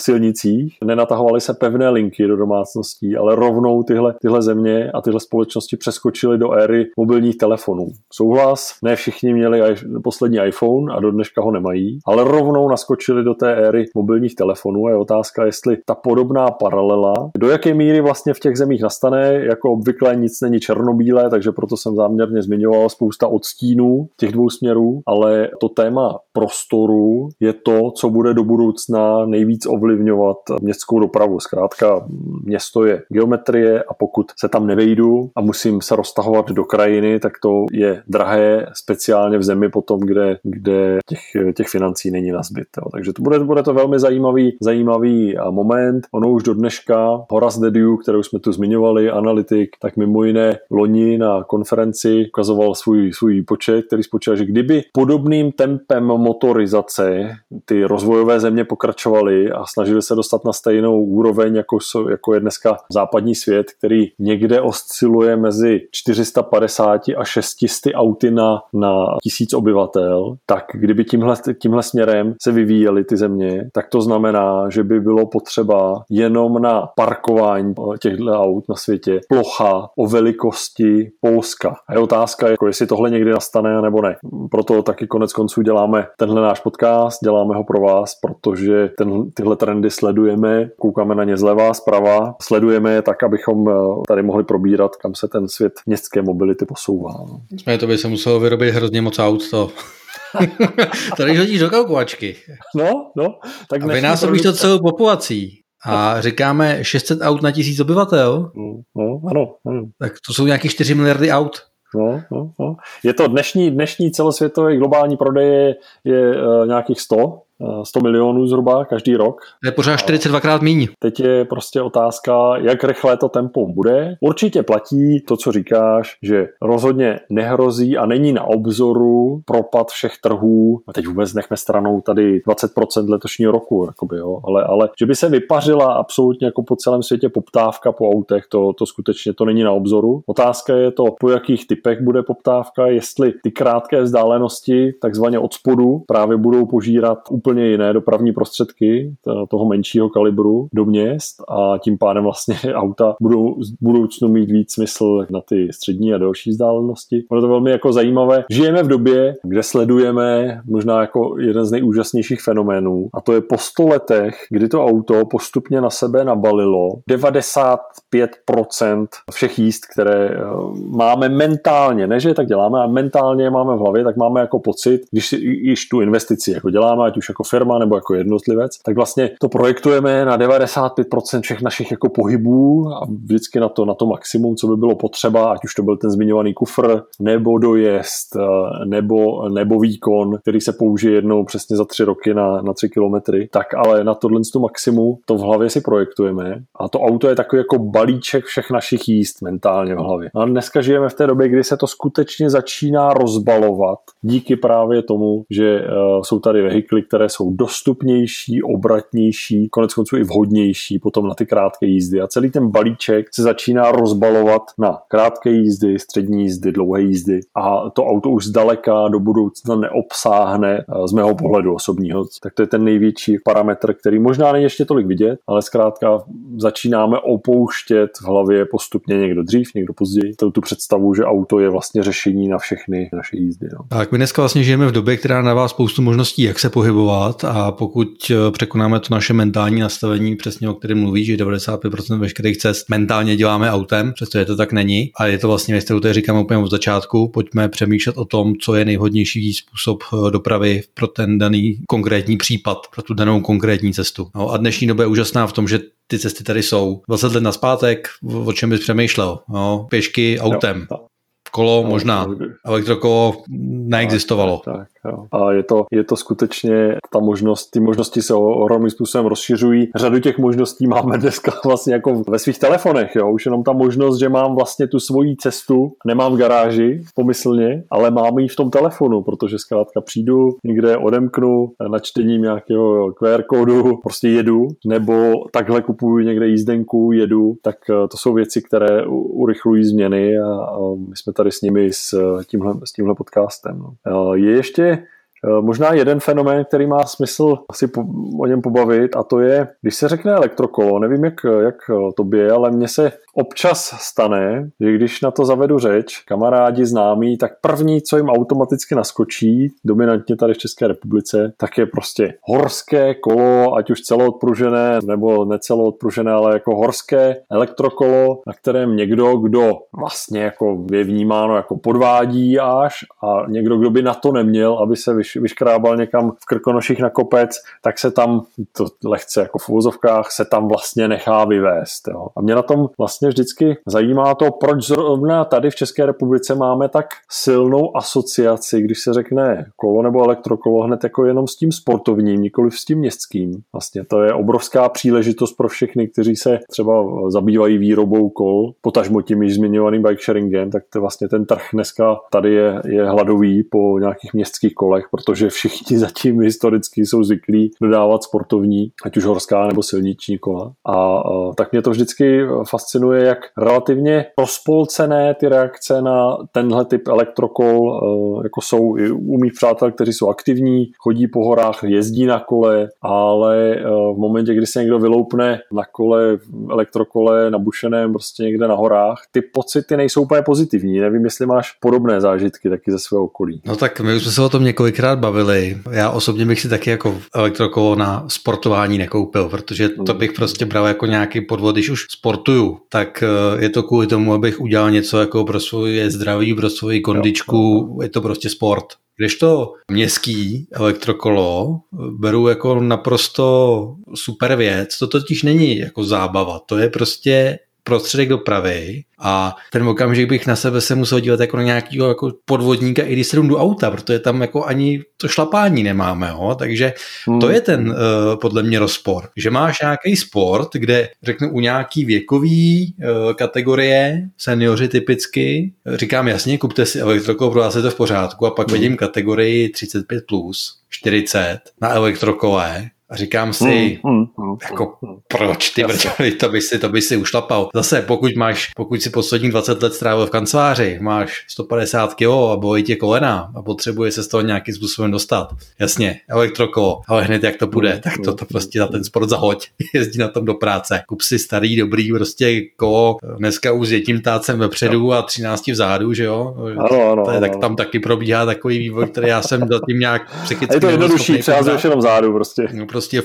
silnicích, nenatahovaly se pevné linky do domácností, ale rovnou tyhle země a tyhle společnosti přeskočily do éry mobilních telefonů. Souhlas, ne všichni měli poslední iPhone a do dneška ho nemají, ale rovnou naskočili do té éry mobilních telefonů a je otázka, jestli ta podobná paralela, do jaké míry vlastně v těch zemích nastane, jako obvykle nic není černobílé, takže proto jsem záměrně zmiňoval spousta odstínů těch dvou směrů, ale to téma prostoru je to, co bude do budoucna nejvíc ovlivňovat městskou dopravu. Zkrátka město je geometrie a pokud se tam nevejdu a musím se roztahovat do krajiny, tak to je drahé, speciálně v zemi potom, kde těch financí není nazbyt. Takže to bude to velmi zajímavý moment. Ono už do dneška Horace Dediu, kterou jsme tu zmiňovali, analytik, tak mimo jiné loni na konferenci ukazoval svůj počet, který spočíval, že kdyby podobným tempem motorizace ty rozvojové země pokračovaly a snažili se dostat na stejnou úroveň, jako je dneska západní svět, který někde osciluje mezi 450 a 600 auty na 1000 obyvatel, tak kdyby tímhle směrem se vyvíjely ty země, tak to znamená, že by bylo potřeba jenom na parkování těchto aut na světě plocha o velikosti Polska. A je otázka, jestli tohle někdy nastane, nebo ne. Proto taky konec konců děláme tenhle náš podcast, děláme ho pro vás, protože tyhle trendy sledujeme, koukáme na ně zleva, zprava, sledujeme je tak, abychom tady mohli probírat, kam se ten svět městské mobility posouvá. To by se muselo vyrobit hrozně moc aut, to. Tady hodíš do kalkulačky. No. Tak vynásobíš to celou populací. A říkáme 600 aut na 1000 obyvatel? No, ano. Tak to jsou nějaký 4 miliardy aut. No. Je to dnešní celosvětové globální prodej je nějakých 100 milionů zhruba každý rok. To je pořád 42krát míň. Teď je prostě otázka, jak rychle to tempo bude. Určitě platí to, co říkáš, že rozhodně nehrozí a není na obzoru propad všech trhů. A teď vůbec nechme stranou tady 20% letošního roku, jakoby, jo. Ale že by se vypařila absolutně jako po celém světě poptávka po autech, to skutečně to není na obzoru. Otázka je to, po jakých typech bude poptávka, jestli ty krátké vzdálenosti, takzvaně od spodu, právě budou požírat úplně jiné dopravní prostředky toho menšího kalibru do měst a tím pádem vlastně auta budou v budoucnu mít víc smysl na ty střední a další vzdálenosti. Ono to velmi jako zajímavé. Žijeme v době, kde sledujeme možná jako jeden z nejúžasnějších fenoménů a to je po 100 letech, kdy to auto postupně na sebe nabalilo 95% všech jízd, které máme mentálně, ne že je tak děláme, ale mentálně máme v hlavě, tak máme jako pocit, když tu investici jako děláme, ať už jako firma nebo jako jednotlivec, tak vlastně to projektujeme na 95% všech našich jako pohybů a vždycky na to maximum, co by bylo potřeba, ať už to byl ten zmiňovaný kufr, nebo dojezd, nebo výkon, který se použije jednou přesně za 3 roky na 3 kilometry, tak ale na tohle maximum to v hlavě si projektujeme a to auto je takový jako balíček všech našich jízd mentálně v hlavě. A dneska žijeme v té době, kdy se to skutečně začíná rozbalovat díky právě tomu, že jsou tady vehikly, které jsou dostupnější, obratnější, konec konců i vhodnější potom na ty krátké jízdy. A celý ten balíček se začíná rozbalovat na krátké jízdy, střední jízdy, dlouhé jízdy a to auto už zdaleka do budoucna neobsáhne z mého pohledu osobního. Tak to je ten největší parametr, který možná není ještě tolik vidět, ale zkrátka začínáme opouštět v hlavě postupně někdo dřív, někdo později tu představu, že auto je vlastně řešení na všechny naše jízdy. No. Tak my dneska vlastně žijeme v době, která dává spoustu možností, jak se pohybovat a pokud překonáme to naše mentální nastavení, přesně o kterém mluví, že 95% veškerých cest mentálně děláme autem, přestože to tak není a je to vlastně věc, kterou tady říkáme úplně od začátku, pojďme přemýšlet o tom, co je nejvhodnější způsob dopravy pro ten daný konkrétní případ, pro tu danou konkrétní cestu. No a dnešní doba je úžasná v tom, že ty cesty tady jsou. 20 let nazpátek, o čem bys přemýšlel? No, pěšky, autem. Kolo možná, elektrokolo neexistovalo. Tak. A je to skutečně ta možnost, ty možnosti se ohromným způsobem rozšiřují. Řadu těch možností máme dneska vlastně jako ve svých telefonech, jo. Už jenom ta možnost, že mám vlastně tu svoji cestu, nemám v garáži pomyslně, ale mám ji v tom telefonu, protože zkrátka přijdu, někde odemknu načtením nějakého QR kódu, prostě jedu, nebo takhle kupuju někde jízdenku, jedu, tak to jsou věci, které urychlují změny a my jsme tady s nimi s tímhle podcastem. No. Je ještě Možná jeden fenomén, který má smysl si o něm pobavit, a to je, když se řekne elektrokolo, nevím jak tobě, ale mně se občas stane, že když na to zavedu řeč, kamarádi, známí, tak první, co jim automaticky naskočí, dominantně tady v České republice, tak je prostě horské kolo, ať už celoodpružené nebo neceloodpružené, ale jako horské elektrokolo, na kterém někdo, kdo vlastně jako je vnímáno jako podvádí až, a někdo, kdo by na to neměl, aby se vyškrábal někam v Krkonoších na kopec, tak se tam, to lehce jako v uvozovkách, se tam vlastně nechá vyvést. Jo. A mě na tom vlastně vždycky zajímá to, proč zrovna tady v České republice máme tak silnou asociaci, když se řekne kolo nebo elektrokolo, hned jako jenom s tím sportovním, nikoliv s tím městským. Vlastně to je obrovská příležitost pro všechny, kteří se třeba zabývají výrobou kol, potažmo tím již zmiňovaným bike sharingem, tak to vlastně ten trh dneska tady je hladový po nějakých městských kolech, protože všichni zatím historicky jsou zvyklí dodávat sportovní, ať už horská nebo silniční kola. A tak mě to vždycky fascinuje, jak relativně rozpolcené ty reakce na tenhle typ elektrokol jako jsou i u mých přátel, kteří jsou aktivní, chodí po horách, jezdí na kole, ale v momentě, kdy se někdo vyloupne na kole, elektrokole nabušeném prostě někde na horách, ty pocity nejsou úplně pozitivní. Nevím, jestli máš podobné zážitky taky ze svého okolí. No tak my už jsme se o tom několikrát bavili. Já osobně bych si taky jako elektrokolo na sportování nekoupil, protože to bych prostě bral jako nějaký podvod. Když už sportuju, tak je to kvůli tomu, abych udělal něco jako pro svoje zdraví, pro svoji kondičku, je to prostě sport. Když to městský elektrokolo beru jako naprosto super věc, to totiž není jako zábava, to je prostě prostředek dopravy a ten okamžik bych na sebe se musel dívat jako na nějakého jako podvodníka, i když se jdu do auta, protože tam jako ani to šlapání nemáme, jo? Takže to je ten podle mě rozpor, že máš nějaký sport, kde řeknu u nějaký věkový kategorie, seniori typicky, říkám jasně, kupte si elektrokolo, pro vás je to v pořádku, a pak vidím kategorii 35+, 40 na elektrokole, a říkám si, jako proč ty brďovi, to by si ušlapal. Zase, pokud si posledních 20 let strávil v kanceláři, máš 150 kg a bolí tě kolena a potřebuje se z toho nějakým způsobem dostat. Jasně, elektrokolo, ale hned jak to bude, tak to prostě za ten sport zahoď, jezdí na tom do práce. Kup si starý, dobrý prostě kolo, dneska už s jedním tácem vepředu a 13 vzadu, že jo? Ano. Tak tam taky probíhá takový vývoj, který já jsem zatím nějak psychicky... Je to jednodušší, přehazuješ jenom zádu prostě. Prostě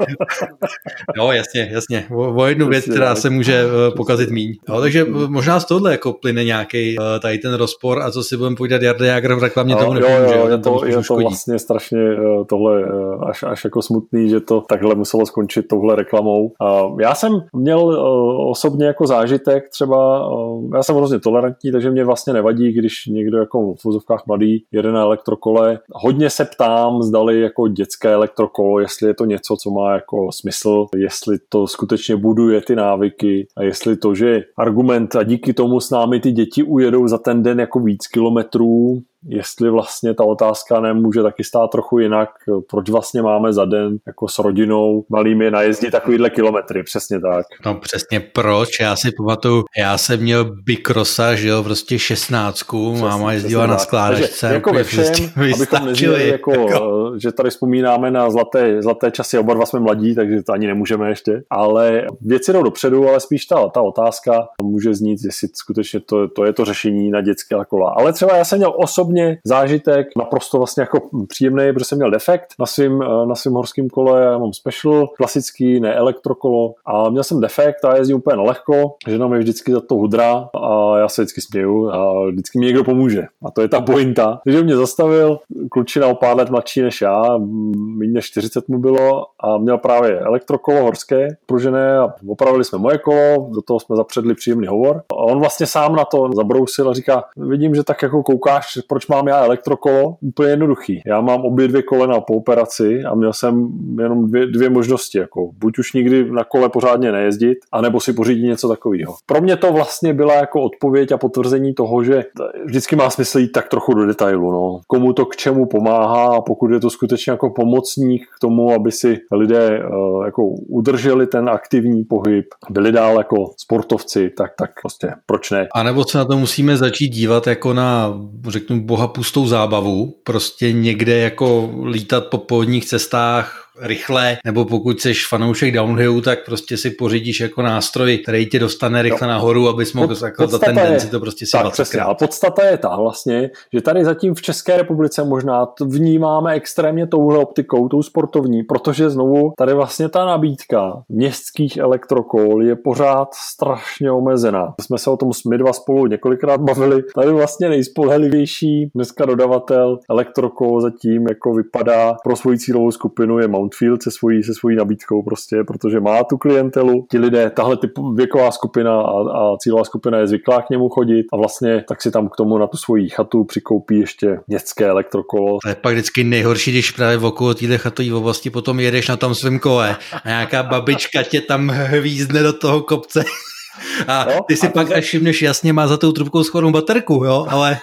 no jasně. O jednu věc, která se může pokazit míň. No, takže možná z tohle jako plyne nějaký tady ten rozpor, a co si budeme povídat, Jarda Jágr v reklamě tomu nepomůže. Je to vlastně strašně tohle až jako smutný, že to takhle muselo skončit touhle reklamou. Já jsem měl osobně jako zážitek třeba, já jsem hrozně tolerantní, takže mě vlastně nevadí, když někdo jako v vozovkách mladý jede na elektrokole. Hodně se ptám, zdali jako dětské elektrokolo, jestli je to něco, co má jako smysl, jestli to skutečně buduje ty návyky a jestli to, že argument a díky tomu s námi ty děti ujedou za ten den jako víc kilometrů, jestli vlastně ta otázka nemůže taky stát trochu jinak, proč vlastně máme za den jako s rodinou malými najezdit takovýhle kilometry, přesně tak. No přesně proč, já si pamatuju, já jsem měl Bicrossa, že jo, prostě 16, máma jezdila na skládačce. Jako ve všem, abychom neříkali, jako, že tady vzpomínáme na zlaté časy, oba dva jsme mladí, takže to ani nemůžeme ještě, ale věci jdou dopředu, ale spíš ta otázka může znít, jestli skutečně to je to řešení na dětské kola. Ale třeba já jsem měl osobně zážitek naprosto vlastně jako příjemný, protože jsem měl defekt na svým horským kole, já mám special, klasický, ne elektrokolo, a měl jsem defekt a jezdím úplně na lehko, žena mě vždycky za to hudrá a já se vždycky směju a vždycky mi někdo pomůže. A to je ta pointa. Takže mě zastavil klučina o pár let mladší než já, méně 40 mu bylo, a měl právě elektrokolo horské, pružené, a opravili jsme moje kolo, do toho jsme zapředli příjemný hovor. A on vlastně sám na to zabrousil a říká, vidím, že tak jako koukáš, proč mám já elektrokolo? Úplně jednoduchý. Já mám obě dvě kolena po operaci a měl jsem jenom dvě možnosti, jako buď už nikdy na kole pořádně nejezdit, anebo si pořídit něco takového. Pro mě to vlastně byla jako odpověď a potvrzení toho, že vždycky má smysl jít tak trochu do detailu, no. Komu to k čemu pomáhá, a pokud je to skutečně jako pomocník k tomu, aby si lidé jako udrželi ten aktivní pohyb, byli dál jako sportovci, tak prostě proč ne? A nebo se na to musíme začít dívat jako na, řeknu, boha pustou zábavu, prostě někde jako lítat po povodních cestách rychle, nebo pokud seš fanoušek downhillu, tak prostě si pořídíš jako nástroj, který tě dostane rychle nahoru, abys mohl jako za ten den si to prostě si 20krát. A podstata je ta vlastně, že tady zatím v České republice možná vnímáme extrémně touhle optikou, tou sportovní, protože znovu tady vlastně ta nabídka městských elektrokol je pořád strašně omezená. Jsme se o tom my dva spolu několikrát bavili. Tady vlastně nejspolehlivější dneska dodavatel elektrokol zatím jako vypadá pro svoji cílovou skupinu je Mountfield se svojí nabídkou prostě, protože má tu klientelu. Ti lidé, tahle věková skupina a cílová skupina je zvyklá k němu chodit a vlastně tak si tam k tomu na tu svoji chatu přikoupí ještě městské elektrokolo. To je pak vždycky nejhorší, když právě okolo téhle chatové oblasti potom jedeš na tom svém kole a nějaká babička tě tam hvízdne do toho kopce. A ty si pak až všimneš, jasně má za tou trubkou schovanou baterku, jo, ale...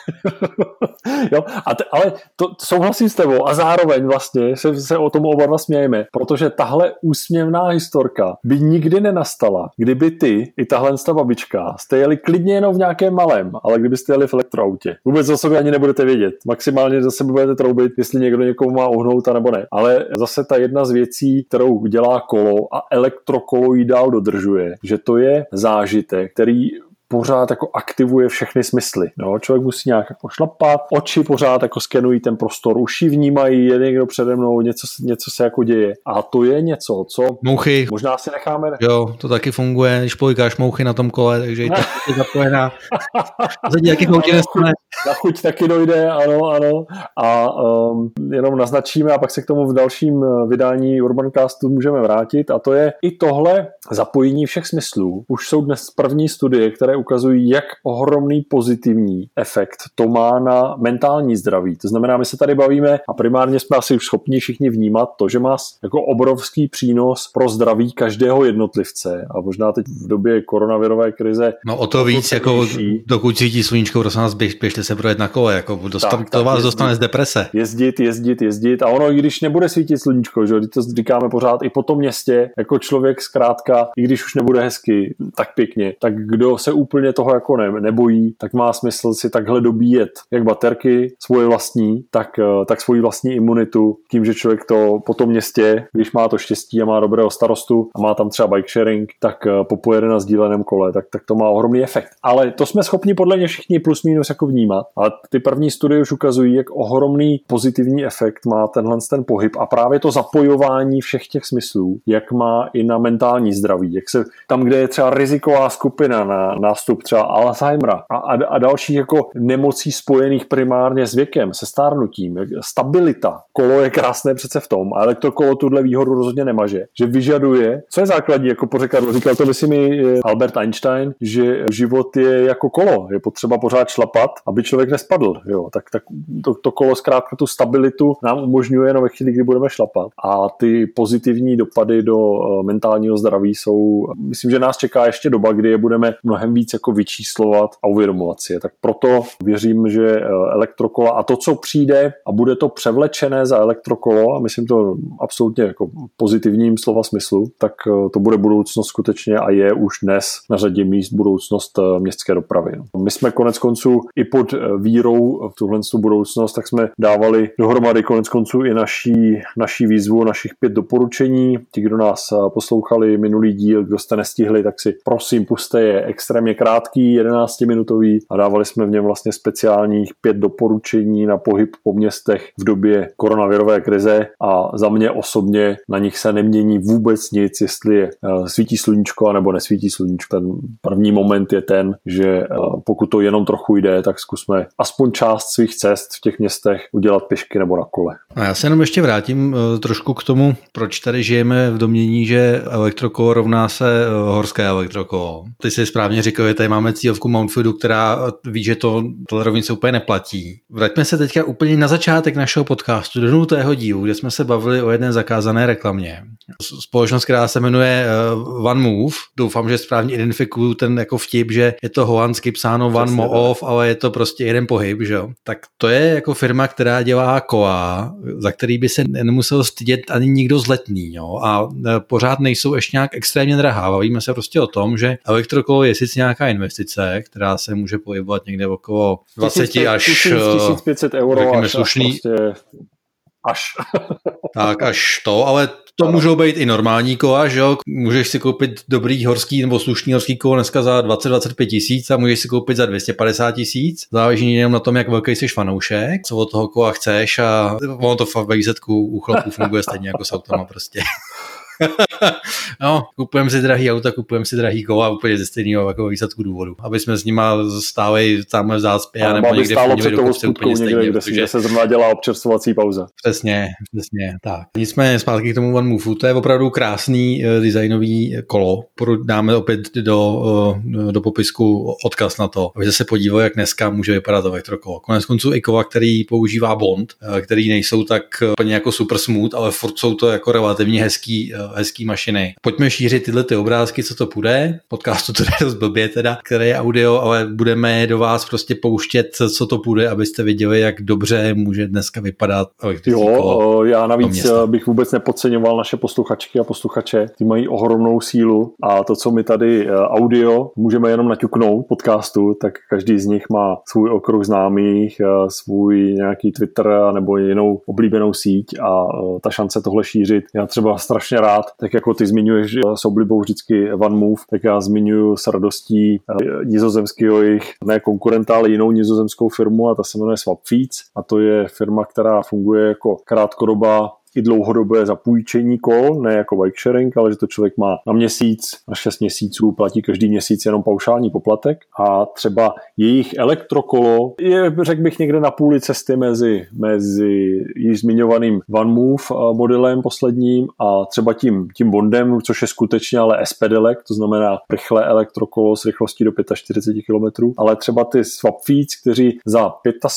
jo, ale to souhlasím s tebou a zároveň vlastně se o tom oba dva smějeme, protože tahle úsměvná historka by nikdy nenastala, kdyby ty i tahle babička jste jeli klidně jenom v nějakém malém, ale kdybyste jeli v elektroautě. Vůbec o sobě ani nebudete vědět. Maximálně zase budete troubit, jestli někdo někomu má uhnout a nebo ne. Ale zase ta jedna z věcí, kterou dělá kolo a elektrokolo jí dál dodržuje, že to je zážitek, který pořád jako aktivuje všechny smysly. No, člověk musí nějak jako šlapat, oči pořád jako skenují ten prostor, uši vnímají, je někdo přede mnou, něco se jako děje. A to je něco, co mouchy. Možná si necháme... Jo, to taky funguje, když polikáš mouchy na tom kole, takže i to je zapojená. Zadí jaký moutě nestane. Na chuť taky dojde, ano. A jenom naznačíme a pak se k tomu v dalším vydání Urbancastu můžeme vrátit a to je i tohle zapojení všech smyslů. Už jsou dnes první studie, které ukazují, jak ohromný pozitivní efekt to má na mentální zdraví. To znamená, my se tady bavíme a primárně jsme asi už schopni všichni vnímat to, že má jako obrovský přínos pro zdraví každého jednotlivce a možná teď v době koronavirové krize. No o to víc, jako dokud svítí sluníčko, prosím vás, běžte se projet na kole, jako to vás dostane z deprese. Jezdit a ono, i když nebude svítit sluníčko, že to říkáme pořád i po tom městě, jako člověk zkrátka, i když už nebude hezky, tak pěkně, tak kdo se úplně toho jako nebojí, tak má smysl si takhle dobíjet jak baterky svoje vlastní, tak svoji vlastní imunitu tím, že člověk to po tom městě, když má to štěstí a má dobrého starostu a má tam třeba bike sharing, tak popojede na sdíleném kole, tak to má ohromný efekt. Ale to jsme schopni podle mě všichni plus minus jako vnímat. Ale ty první studie už ukazují, jak ohromný pozitivní efekt má ten pohyb a právě to zapojování všech těch smyslů, jak má i na mentální zdraví. Jak se tam, kde je třeba riziková skupina na nástup třeba Alzheimera a dalších jako nemocí spojených primárně s věkem, se stárnutím, stabilita. Kolo je krásné přece v tom, a elektrokolo tuhle výhodu rozhodně nemaže, že vyžaduje, co je základní jako pořekadlo, říkal to si mi Albert Einstein, že život je jako kolo, je potřeba pořád šlapat, aby člověk nespadl, jo, tak to kolo zkrátka tu stabilitu nám umožňuje jenom ve chvíli, kdy budeme šlapat a ty pozitivní dopady do mentálního zdraví jsou, myslím, že nás čeká ještě doba, kdy je budeme mnohem víc jako vyčíslovat a uvědomovat si je. Tak proto věřím, že elektrokola a to, co přijde a bude to převlečené za elektrokolo, a myslím to absolutně jako pozitivním slova smyslu, tak to bude budoucnost skutečně a je už dnes na řadě míst budoucnost městské dopravy. My jsme konec konců i pod vírou v tuhle budoucnost, tak jsme dávali dohromady konec konců i naší výzvu, našich 5 doporučení. Ti, kdo nás poslouchali minulý díl, kdo jste nestihli, tak si prosím puste je extrémně krátký, 11-minutový a dávali jsme v něm vlastně speciálních 5 doporučení na pohyb po městech v době koronavirové krize a za mě osobně na nich se nemění vůbec nic, jestli je svítí sluníčko anebo nesvítí sluníčko. Ten první moment je ten, že pokud to jenom trochu jde, tak zkusme aspoň část svých cest v těch městech udělat pěšky nebo na kole. A já se jenom ještě vrátím trošku k tomu, proč tady žijeme v domnění, že elektrokolo rovná se horské elektrokolo. Ty jsi správně říkal, že tady máme cílovku Mountfieldu, která ví, že to rovnice úplně neplatí. Vraťme se teďka úplně na začátek našeho podcastu, do 0. dílu, kde jsme se bavili o jedné zakázané reklamě. Společnost, která se jmenuje One Move, doufám, že správně identifikuju ten jako vtip, že je to holandsky psáno One Move Off, ale je to prostě jeden pohyb, že jo. Tak to je jako firma, která dělá kola, za který by se nemusel stydět ani nikdo z Letný, jo. A pořád nejsou ještě nějak extrémně drahá. Bavíme se prostě o tom, že elektrokolo je sice nějaká investice, která se může pohybovat někde okolo 20 až 1500 euro až slušný. Až. Tak až to, ale to můžou být i normální kola, že jo? Můžeš si koupit dobrý horský nebo slušný horský kolo dneska za 20-25 tisíc a můžeš si koupit za 250 tisíc. Záleží jenom na tom, jak velký jsi fanoušek, co od toho kola chceš a ono to v výsledku u chlapů funguje stejně jako s autama prostě. No, kupujeme si drahý auta, kupujeme si drahý kola úplně ze stejného jako výsledku důvodu. Aby jsme s nima stáli tamhle v zácpě nebo někde v Něvě do kopce úplně stejně. Kde se zrovna dělá občerstvovací pauza. Přesně, tak. Nicméně zpátky k tomu OneMove, to je opravdu krásný designový kolo. Dáme opět do popisku odkaz na to, abyste se podívali, jak dneska může vypadat elektrokolo. Konec konců i kola, který používá Bond, který nejsou tak úplně jako super smooth, ale furt jsou to jako relativně hezký mašiny. Pojďme šířit tyhle ty obrázky, co to půjde. Podcastu to je dost blbě teda, které je audio, ale budeme do vás prostě pouštět, co to půjde, abyste viděli, jak dobře může dneska vypadat elektrický kolo. Já navíc bych vůbec nepodceňoval naše posluchačky a posluchače. Ty mají ohromnou sílu a to, co my tady audio můžeme jenom naťuknout podcastu, tak každý z nich má svůj okruh známých, svůj nějaký Twitter nebo jinou oblíbenou síť a ta šance tohle šířit. Já třeba strašně rád, tak jako ty zmiňuješ s oblibou vždycky OneMove, tak já zmiňuji s radostí nizozemského jejich ne konkurenta, ale jinou nizozemskou firmu a ta se jmenuje Swapfeeds a to je firma, která funguje jako krátkodobá i dlouhodobé zapůjčení kol, ne jako bike sharing, ale že to člověk má na měsíc, na 6 měsíců, platí každý měsíc jenom paušální poplatek a třeba jejich elektrokolo je, řekl bych, někde na půli cesty mezi již zmiňovaným OneMove modelem posledním a třeba tím Bondem, což je skutečně ale S-pedelek, to znamená rychlé elektrokolo s rychlostí do 45 km, ale třeba ty Swapfeeds, kteří za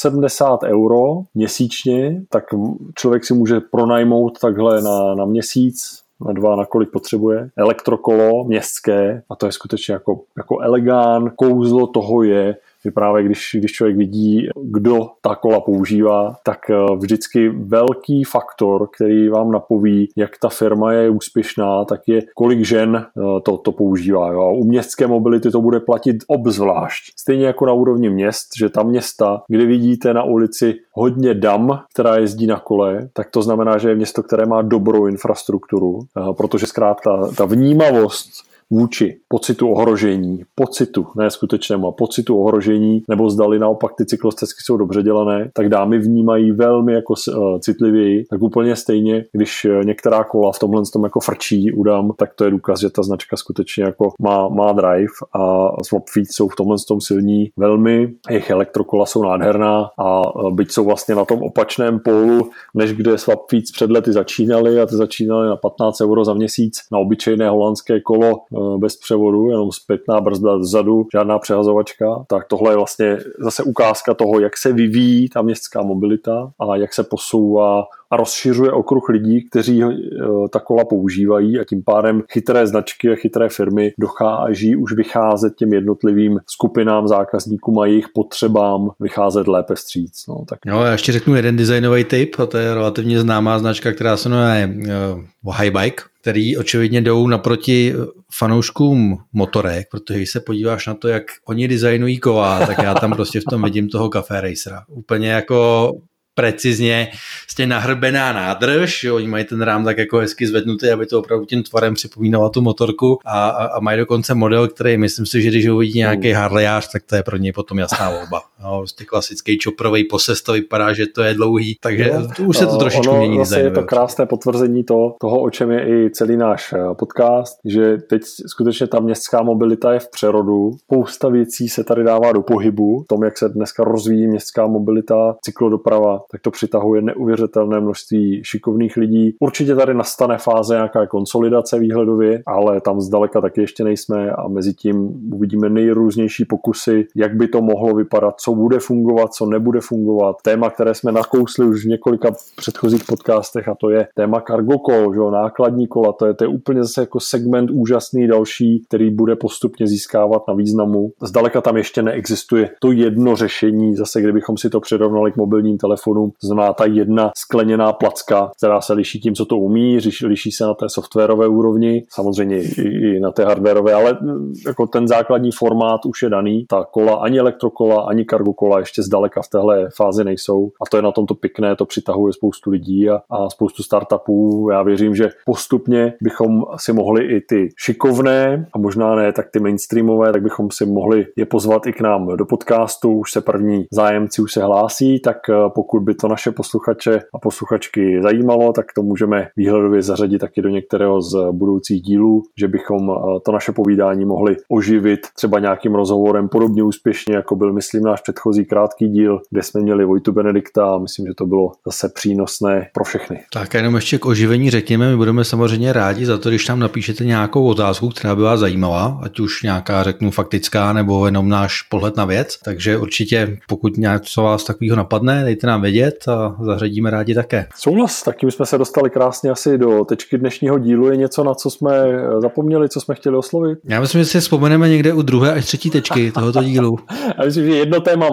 75 euro měsíčně, tak člověk si může pronajmout takhle na měsíc, na 2, na kolik potřebuje. Elektrokolo městské a to je skutečně jako elegán. Kouzlo toho je, že právě když člověk vidí, kdo ta kola používá, tak vždycky velký faktor, který vám napoví, jak ta firma je úspěšná, tak je, kolik žen to používá. Jo. A u městské mobility to bude platit obzvlášť. Stejně jako na úrovni měst, že ta města, kde vidíte na ulici hodně dam, která jezdí na kole, tak to znamená, že je město, které má dobrou infrastrukturu, protože zkrátka ta vnímavost vůči pocitu ohrožení, ne skutečnému, a pocitu ohrožení, nebo zdali naopak ty cyklostezky jsou dobře dělané, tak dámy vnímají velmi jako citlivěji, tak úplně stejně, když některá kola v tomhle jako frčí u dam, tak to je důkaz, že ta značka skutečně jako má drive a Swapfeeds jsou v tomhle silní velmi, jejich elektrokola jsou nádherná a byť jsou vlastně na tom opačném pólu, než kde Swapfeeds před lety začínaly a ty začínaly na 15 euro za měsíc na obyčejné holandské kolo bez převodu, jenom zpětná brzda vzadu, žádná přehazovačka, tak tohle je vlastně zase ukázka toho, jak se vyvíjí ta městská mobilita a jak se posouvá a rozšiřuje okruh lidí, kteří ta kola používají a tím pádem chytré značky a chytré firmy dokáží už vycházet těm jednotlivým skupinám zákazníkům a jejich potřebám vycházet lépe vstříc. No, tak. Já ještě řeknu jeden designový tip a to je relativně známá značka, která se jmenuje Hibike, který očividně jdou naproti fanouškům motorek, protože když se podíváš na to, jak oni designují kola, tak já tam prostě v tom vidím toho Café Racera. Úplně jako precizně nahrbená nádrž, jo, oni mají ten rám tak jako hezky zvednutý, aby to opravdu tím tvarem připomínalo tu motorku a mají dokonce model, který myslím si, že když ho uvidí nějaký harlejář, tak to je pro něj potom jasná volba. No, prostě klasický čoprový posez, to vypadá, že to je dlouhý, takže už se to trošičku mění. Zase je to krásné potvrzení toho, o čem je i celý náš podcast, že teď skutečně ta městská mobilita je v přerodu. Spousta věcí se tady dává do pohybu, v tom, jak se dneska rozvíjí městská mobilita, cyklodoprava, tak to přitahuje neuvěřitelné množství šikovných lidí. Určitě tady nastane fáze nějaká konsolidace výhledově, ale tam zdaleka taky ještě nejsme a mezi tím uvidíme nejrůznější pokusy, jak by to mohlo vypadat, co bude fungovat, co nebude fungovat. Téma, které jsme nakousli už v několika předchozích podcastech a to je téma cargo kol, že jo, nákladní kola, to je úplně zase jako segment úžasný další, který bude postupně získávat na významu. Zdaleka tam ještě neexistuje to jedno řešení, zase kdybychom si to přirovnali k mobilním telefonům, pohonu, to znamená ta jedna skleněná placka, která se liší tím, co to umí, liší se na té softwarové úrovni, samozřejmě i na té hardwarové, ale jako ten základní formát už je daný. Ta kola, ani elektrokola, ani cargo kola ještě zdaleka v téhle fázi nejsou a to je na tomto pěkné, to přitahuje spoustu lidí a spoustu startupů. Já věřím, že postupně bychom si mohli i ty šikovné a možná ne tak ty mainstreamové, tak bychom si mohli je pozvat i k nám do podcastu. Už se první zájemci už se hlásí, tak pokud by to naše posluchače a posluchačky zajímalo, tak to můžeme výhledově zařadit taky do některého z budoucích dílů, že bychom to naše povídání mohli oživit třeba nějakým rozhovorem podobně úspěšně, jako byl, myslím, náš předchozí krátký díl, kde jsme měli Vojtu Benedikta a myslím, že to bylo zase přínosné pro všechny. Tak jenom ještě k oživení řekněme, my budeme samozřejmě rádi za to, když tam napíšete nějakou otázku, která by vás zajímala, ať už nějaká, řeknu, faktická nebo jenom náš pohled na věc. Takže určitě, pokud něco vás takového napadne, dejte nám vědět a zařadíme rádi také. Souhlas, tak tím jsme se dostali krásně asi do tečky dnešního dílu. Je něco, na co jsme zapomněli, co jsme chtěli oslovit? Já myslím, že si vzpomeneme někde u druhé až třetí tečky tohoto dílu. Já myslím, že jedno téma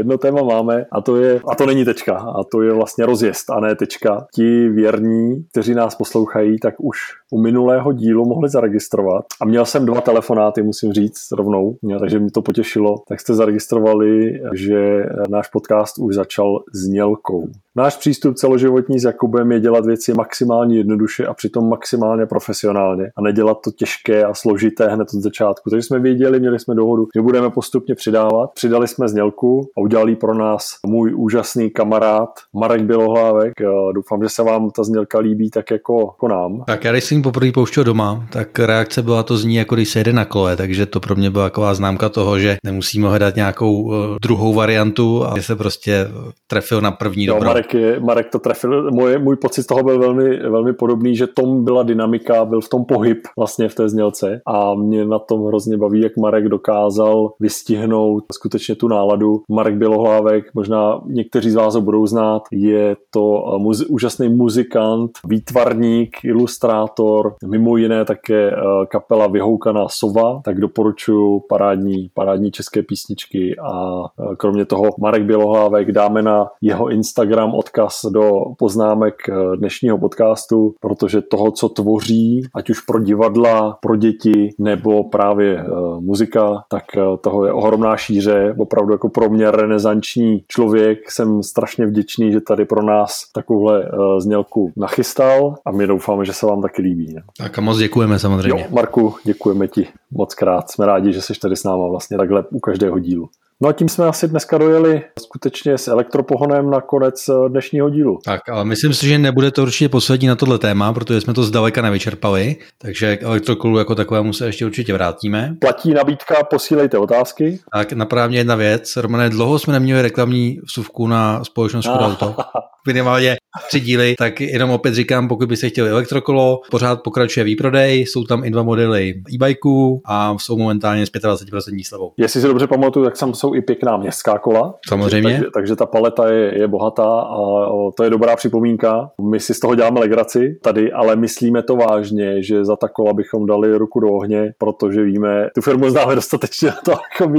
máme a to není tečka, a to je vlastně rozjezd a ne tečka. Ti věrní, kteří nás poslouchají, tak už u minulého dílu mohli zaregistrovat a měl jsem 2 telefonáty, musím říct rovnou, takže mi to potěšilo, tak jste zaregistrovali, že náš podcast už začal znělkou. Náš přístup celoživotní s Jakubem je dělat věci maximálně jednoduše a přitom maximálně profesionálně a nedělat to těžké a složité hned od začátku. Takže jsme věděli, měli jsme dohodu, že budeme postupně přidávat. Přidali jsme znělku a udělali pro nás můj úžasný kamarád Marek Bělohlávek. Doufám, že se vám ta znělka líbí tak jako nám. Tak já když jsem poprvé pouštěl doma, tak reakce byla to zní jako když se jede na kole, takže to pro mě byla taková známka toho, že nemusíme hledat nějakou druhou variantu a že se prostě trefil na první dobro. Marek to trefil. Můj pocit z toho byl velmi, velmi podobný, že tom byla dynamika, byl v tom pohyb vlastně v té znělce a mě na tom hrozně baví, jak Marek dokázal vystihnout skutečně tu náladu. Marek Bělohlávek, možná někteří z vás ho budou znát, je to úžasný muzikant, výtvarník, ilustrátor, mimo jiné také kapela Vyhoukaná sova, tak doporučuji parádní české písničky a kromě toho Marek Bělohlávek, dáme na jeho Instagram odkaz do poznámek dnešního podcastu, protože toho, co tvoří, ať už pro divadla, pro děti nebo právě muzika, tak toho je ohromná šíře, opravdu jako pro mě renesanční člověk. Jsem strašně vděčný, že tady pro nás takovouhle znělku nachystal a my doufáme, že se vám taky líbí. Ne? Tak a moc děkujeme samozřejmě. Jo, Marku, děkujeme ti moc krát. Jsme rádi, že jsi tady s náma vlastně takhle u každého dílu. No a tím jsme asi dneska dojeli skutečně s elektropohonem na konec dnešního dílu. Tak, ale myslím si, že nebude to určitě poslední na tohle téma, protože jsme to zdaleka nevyčerpali, takže k elektrokolu jako takovému se ještě určitě vrátíme. Platí nabídka, posílejte otázky. Tak napravně jedna věc, Romane, dlouho jsme neměli reklamní vsuvku na společnost Škoda Auto. Minimálně 3 díly, tak jenom opět říkám, pokud byste chtěli elektrokolo, pořád pokračuje výprodej, jsou tam i 2 modely e-bikeů a jsou momentálně s 25% slevou. Jestli si dobře pamatuju, tak tam jsou i pěkná městská kola. Samozřejmě. Takže ta paleta je bohatá a to je dobrá připomínka. My si z toho děláme legraci tady, ale myslíme to vážně, že za ta kola bychom dali ruku do ohně, protože víme, tu firmu známe dostatečně na to, jako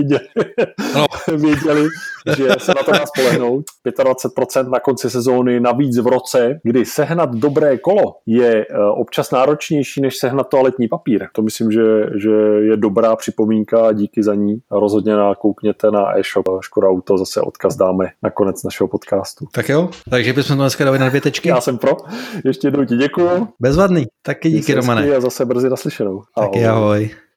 věděli, že se na to dá spolehnout. 25% na konci sezóny, navíc v roce, kdy sehnat dobré kolo je občas náročnější, než sehnat toaletní papír. To myslím, že je dobrá připomínka a díky za ní. Rozhodně koukněte na e-shop Škoda Auto, zase odkaz dáme na konec našeho podcastu. Tak jo, takže bychom to dneska dali na 2 tečky. Já jsem pro. Ještě jednou ti děkuju. Bezvadný. Taky díky, Romane. A zase brzy naslyšenou. Taky ahoj.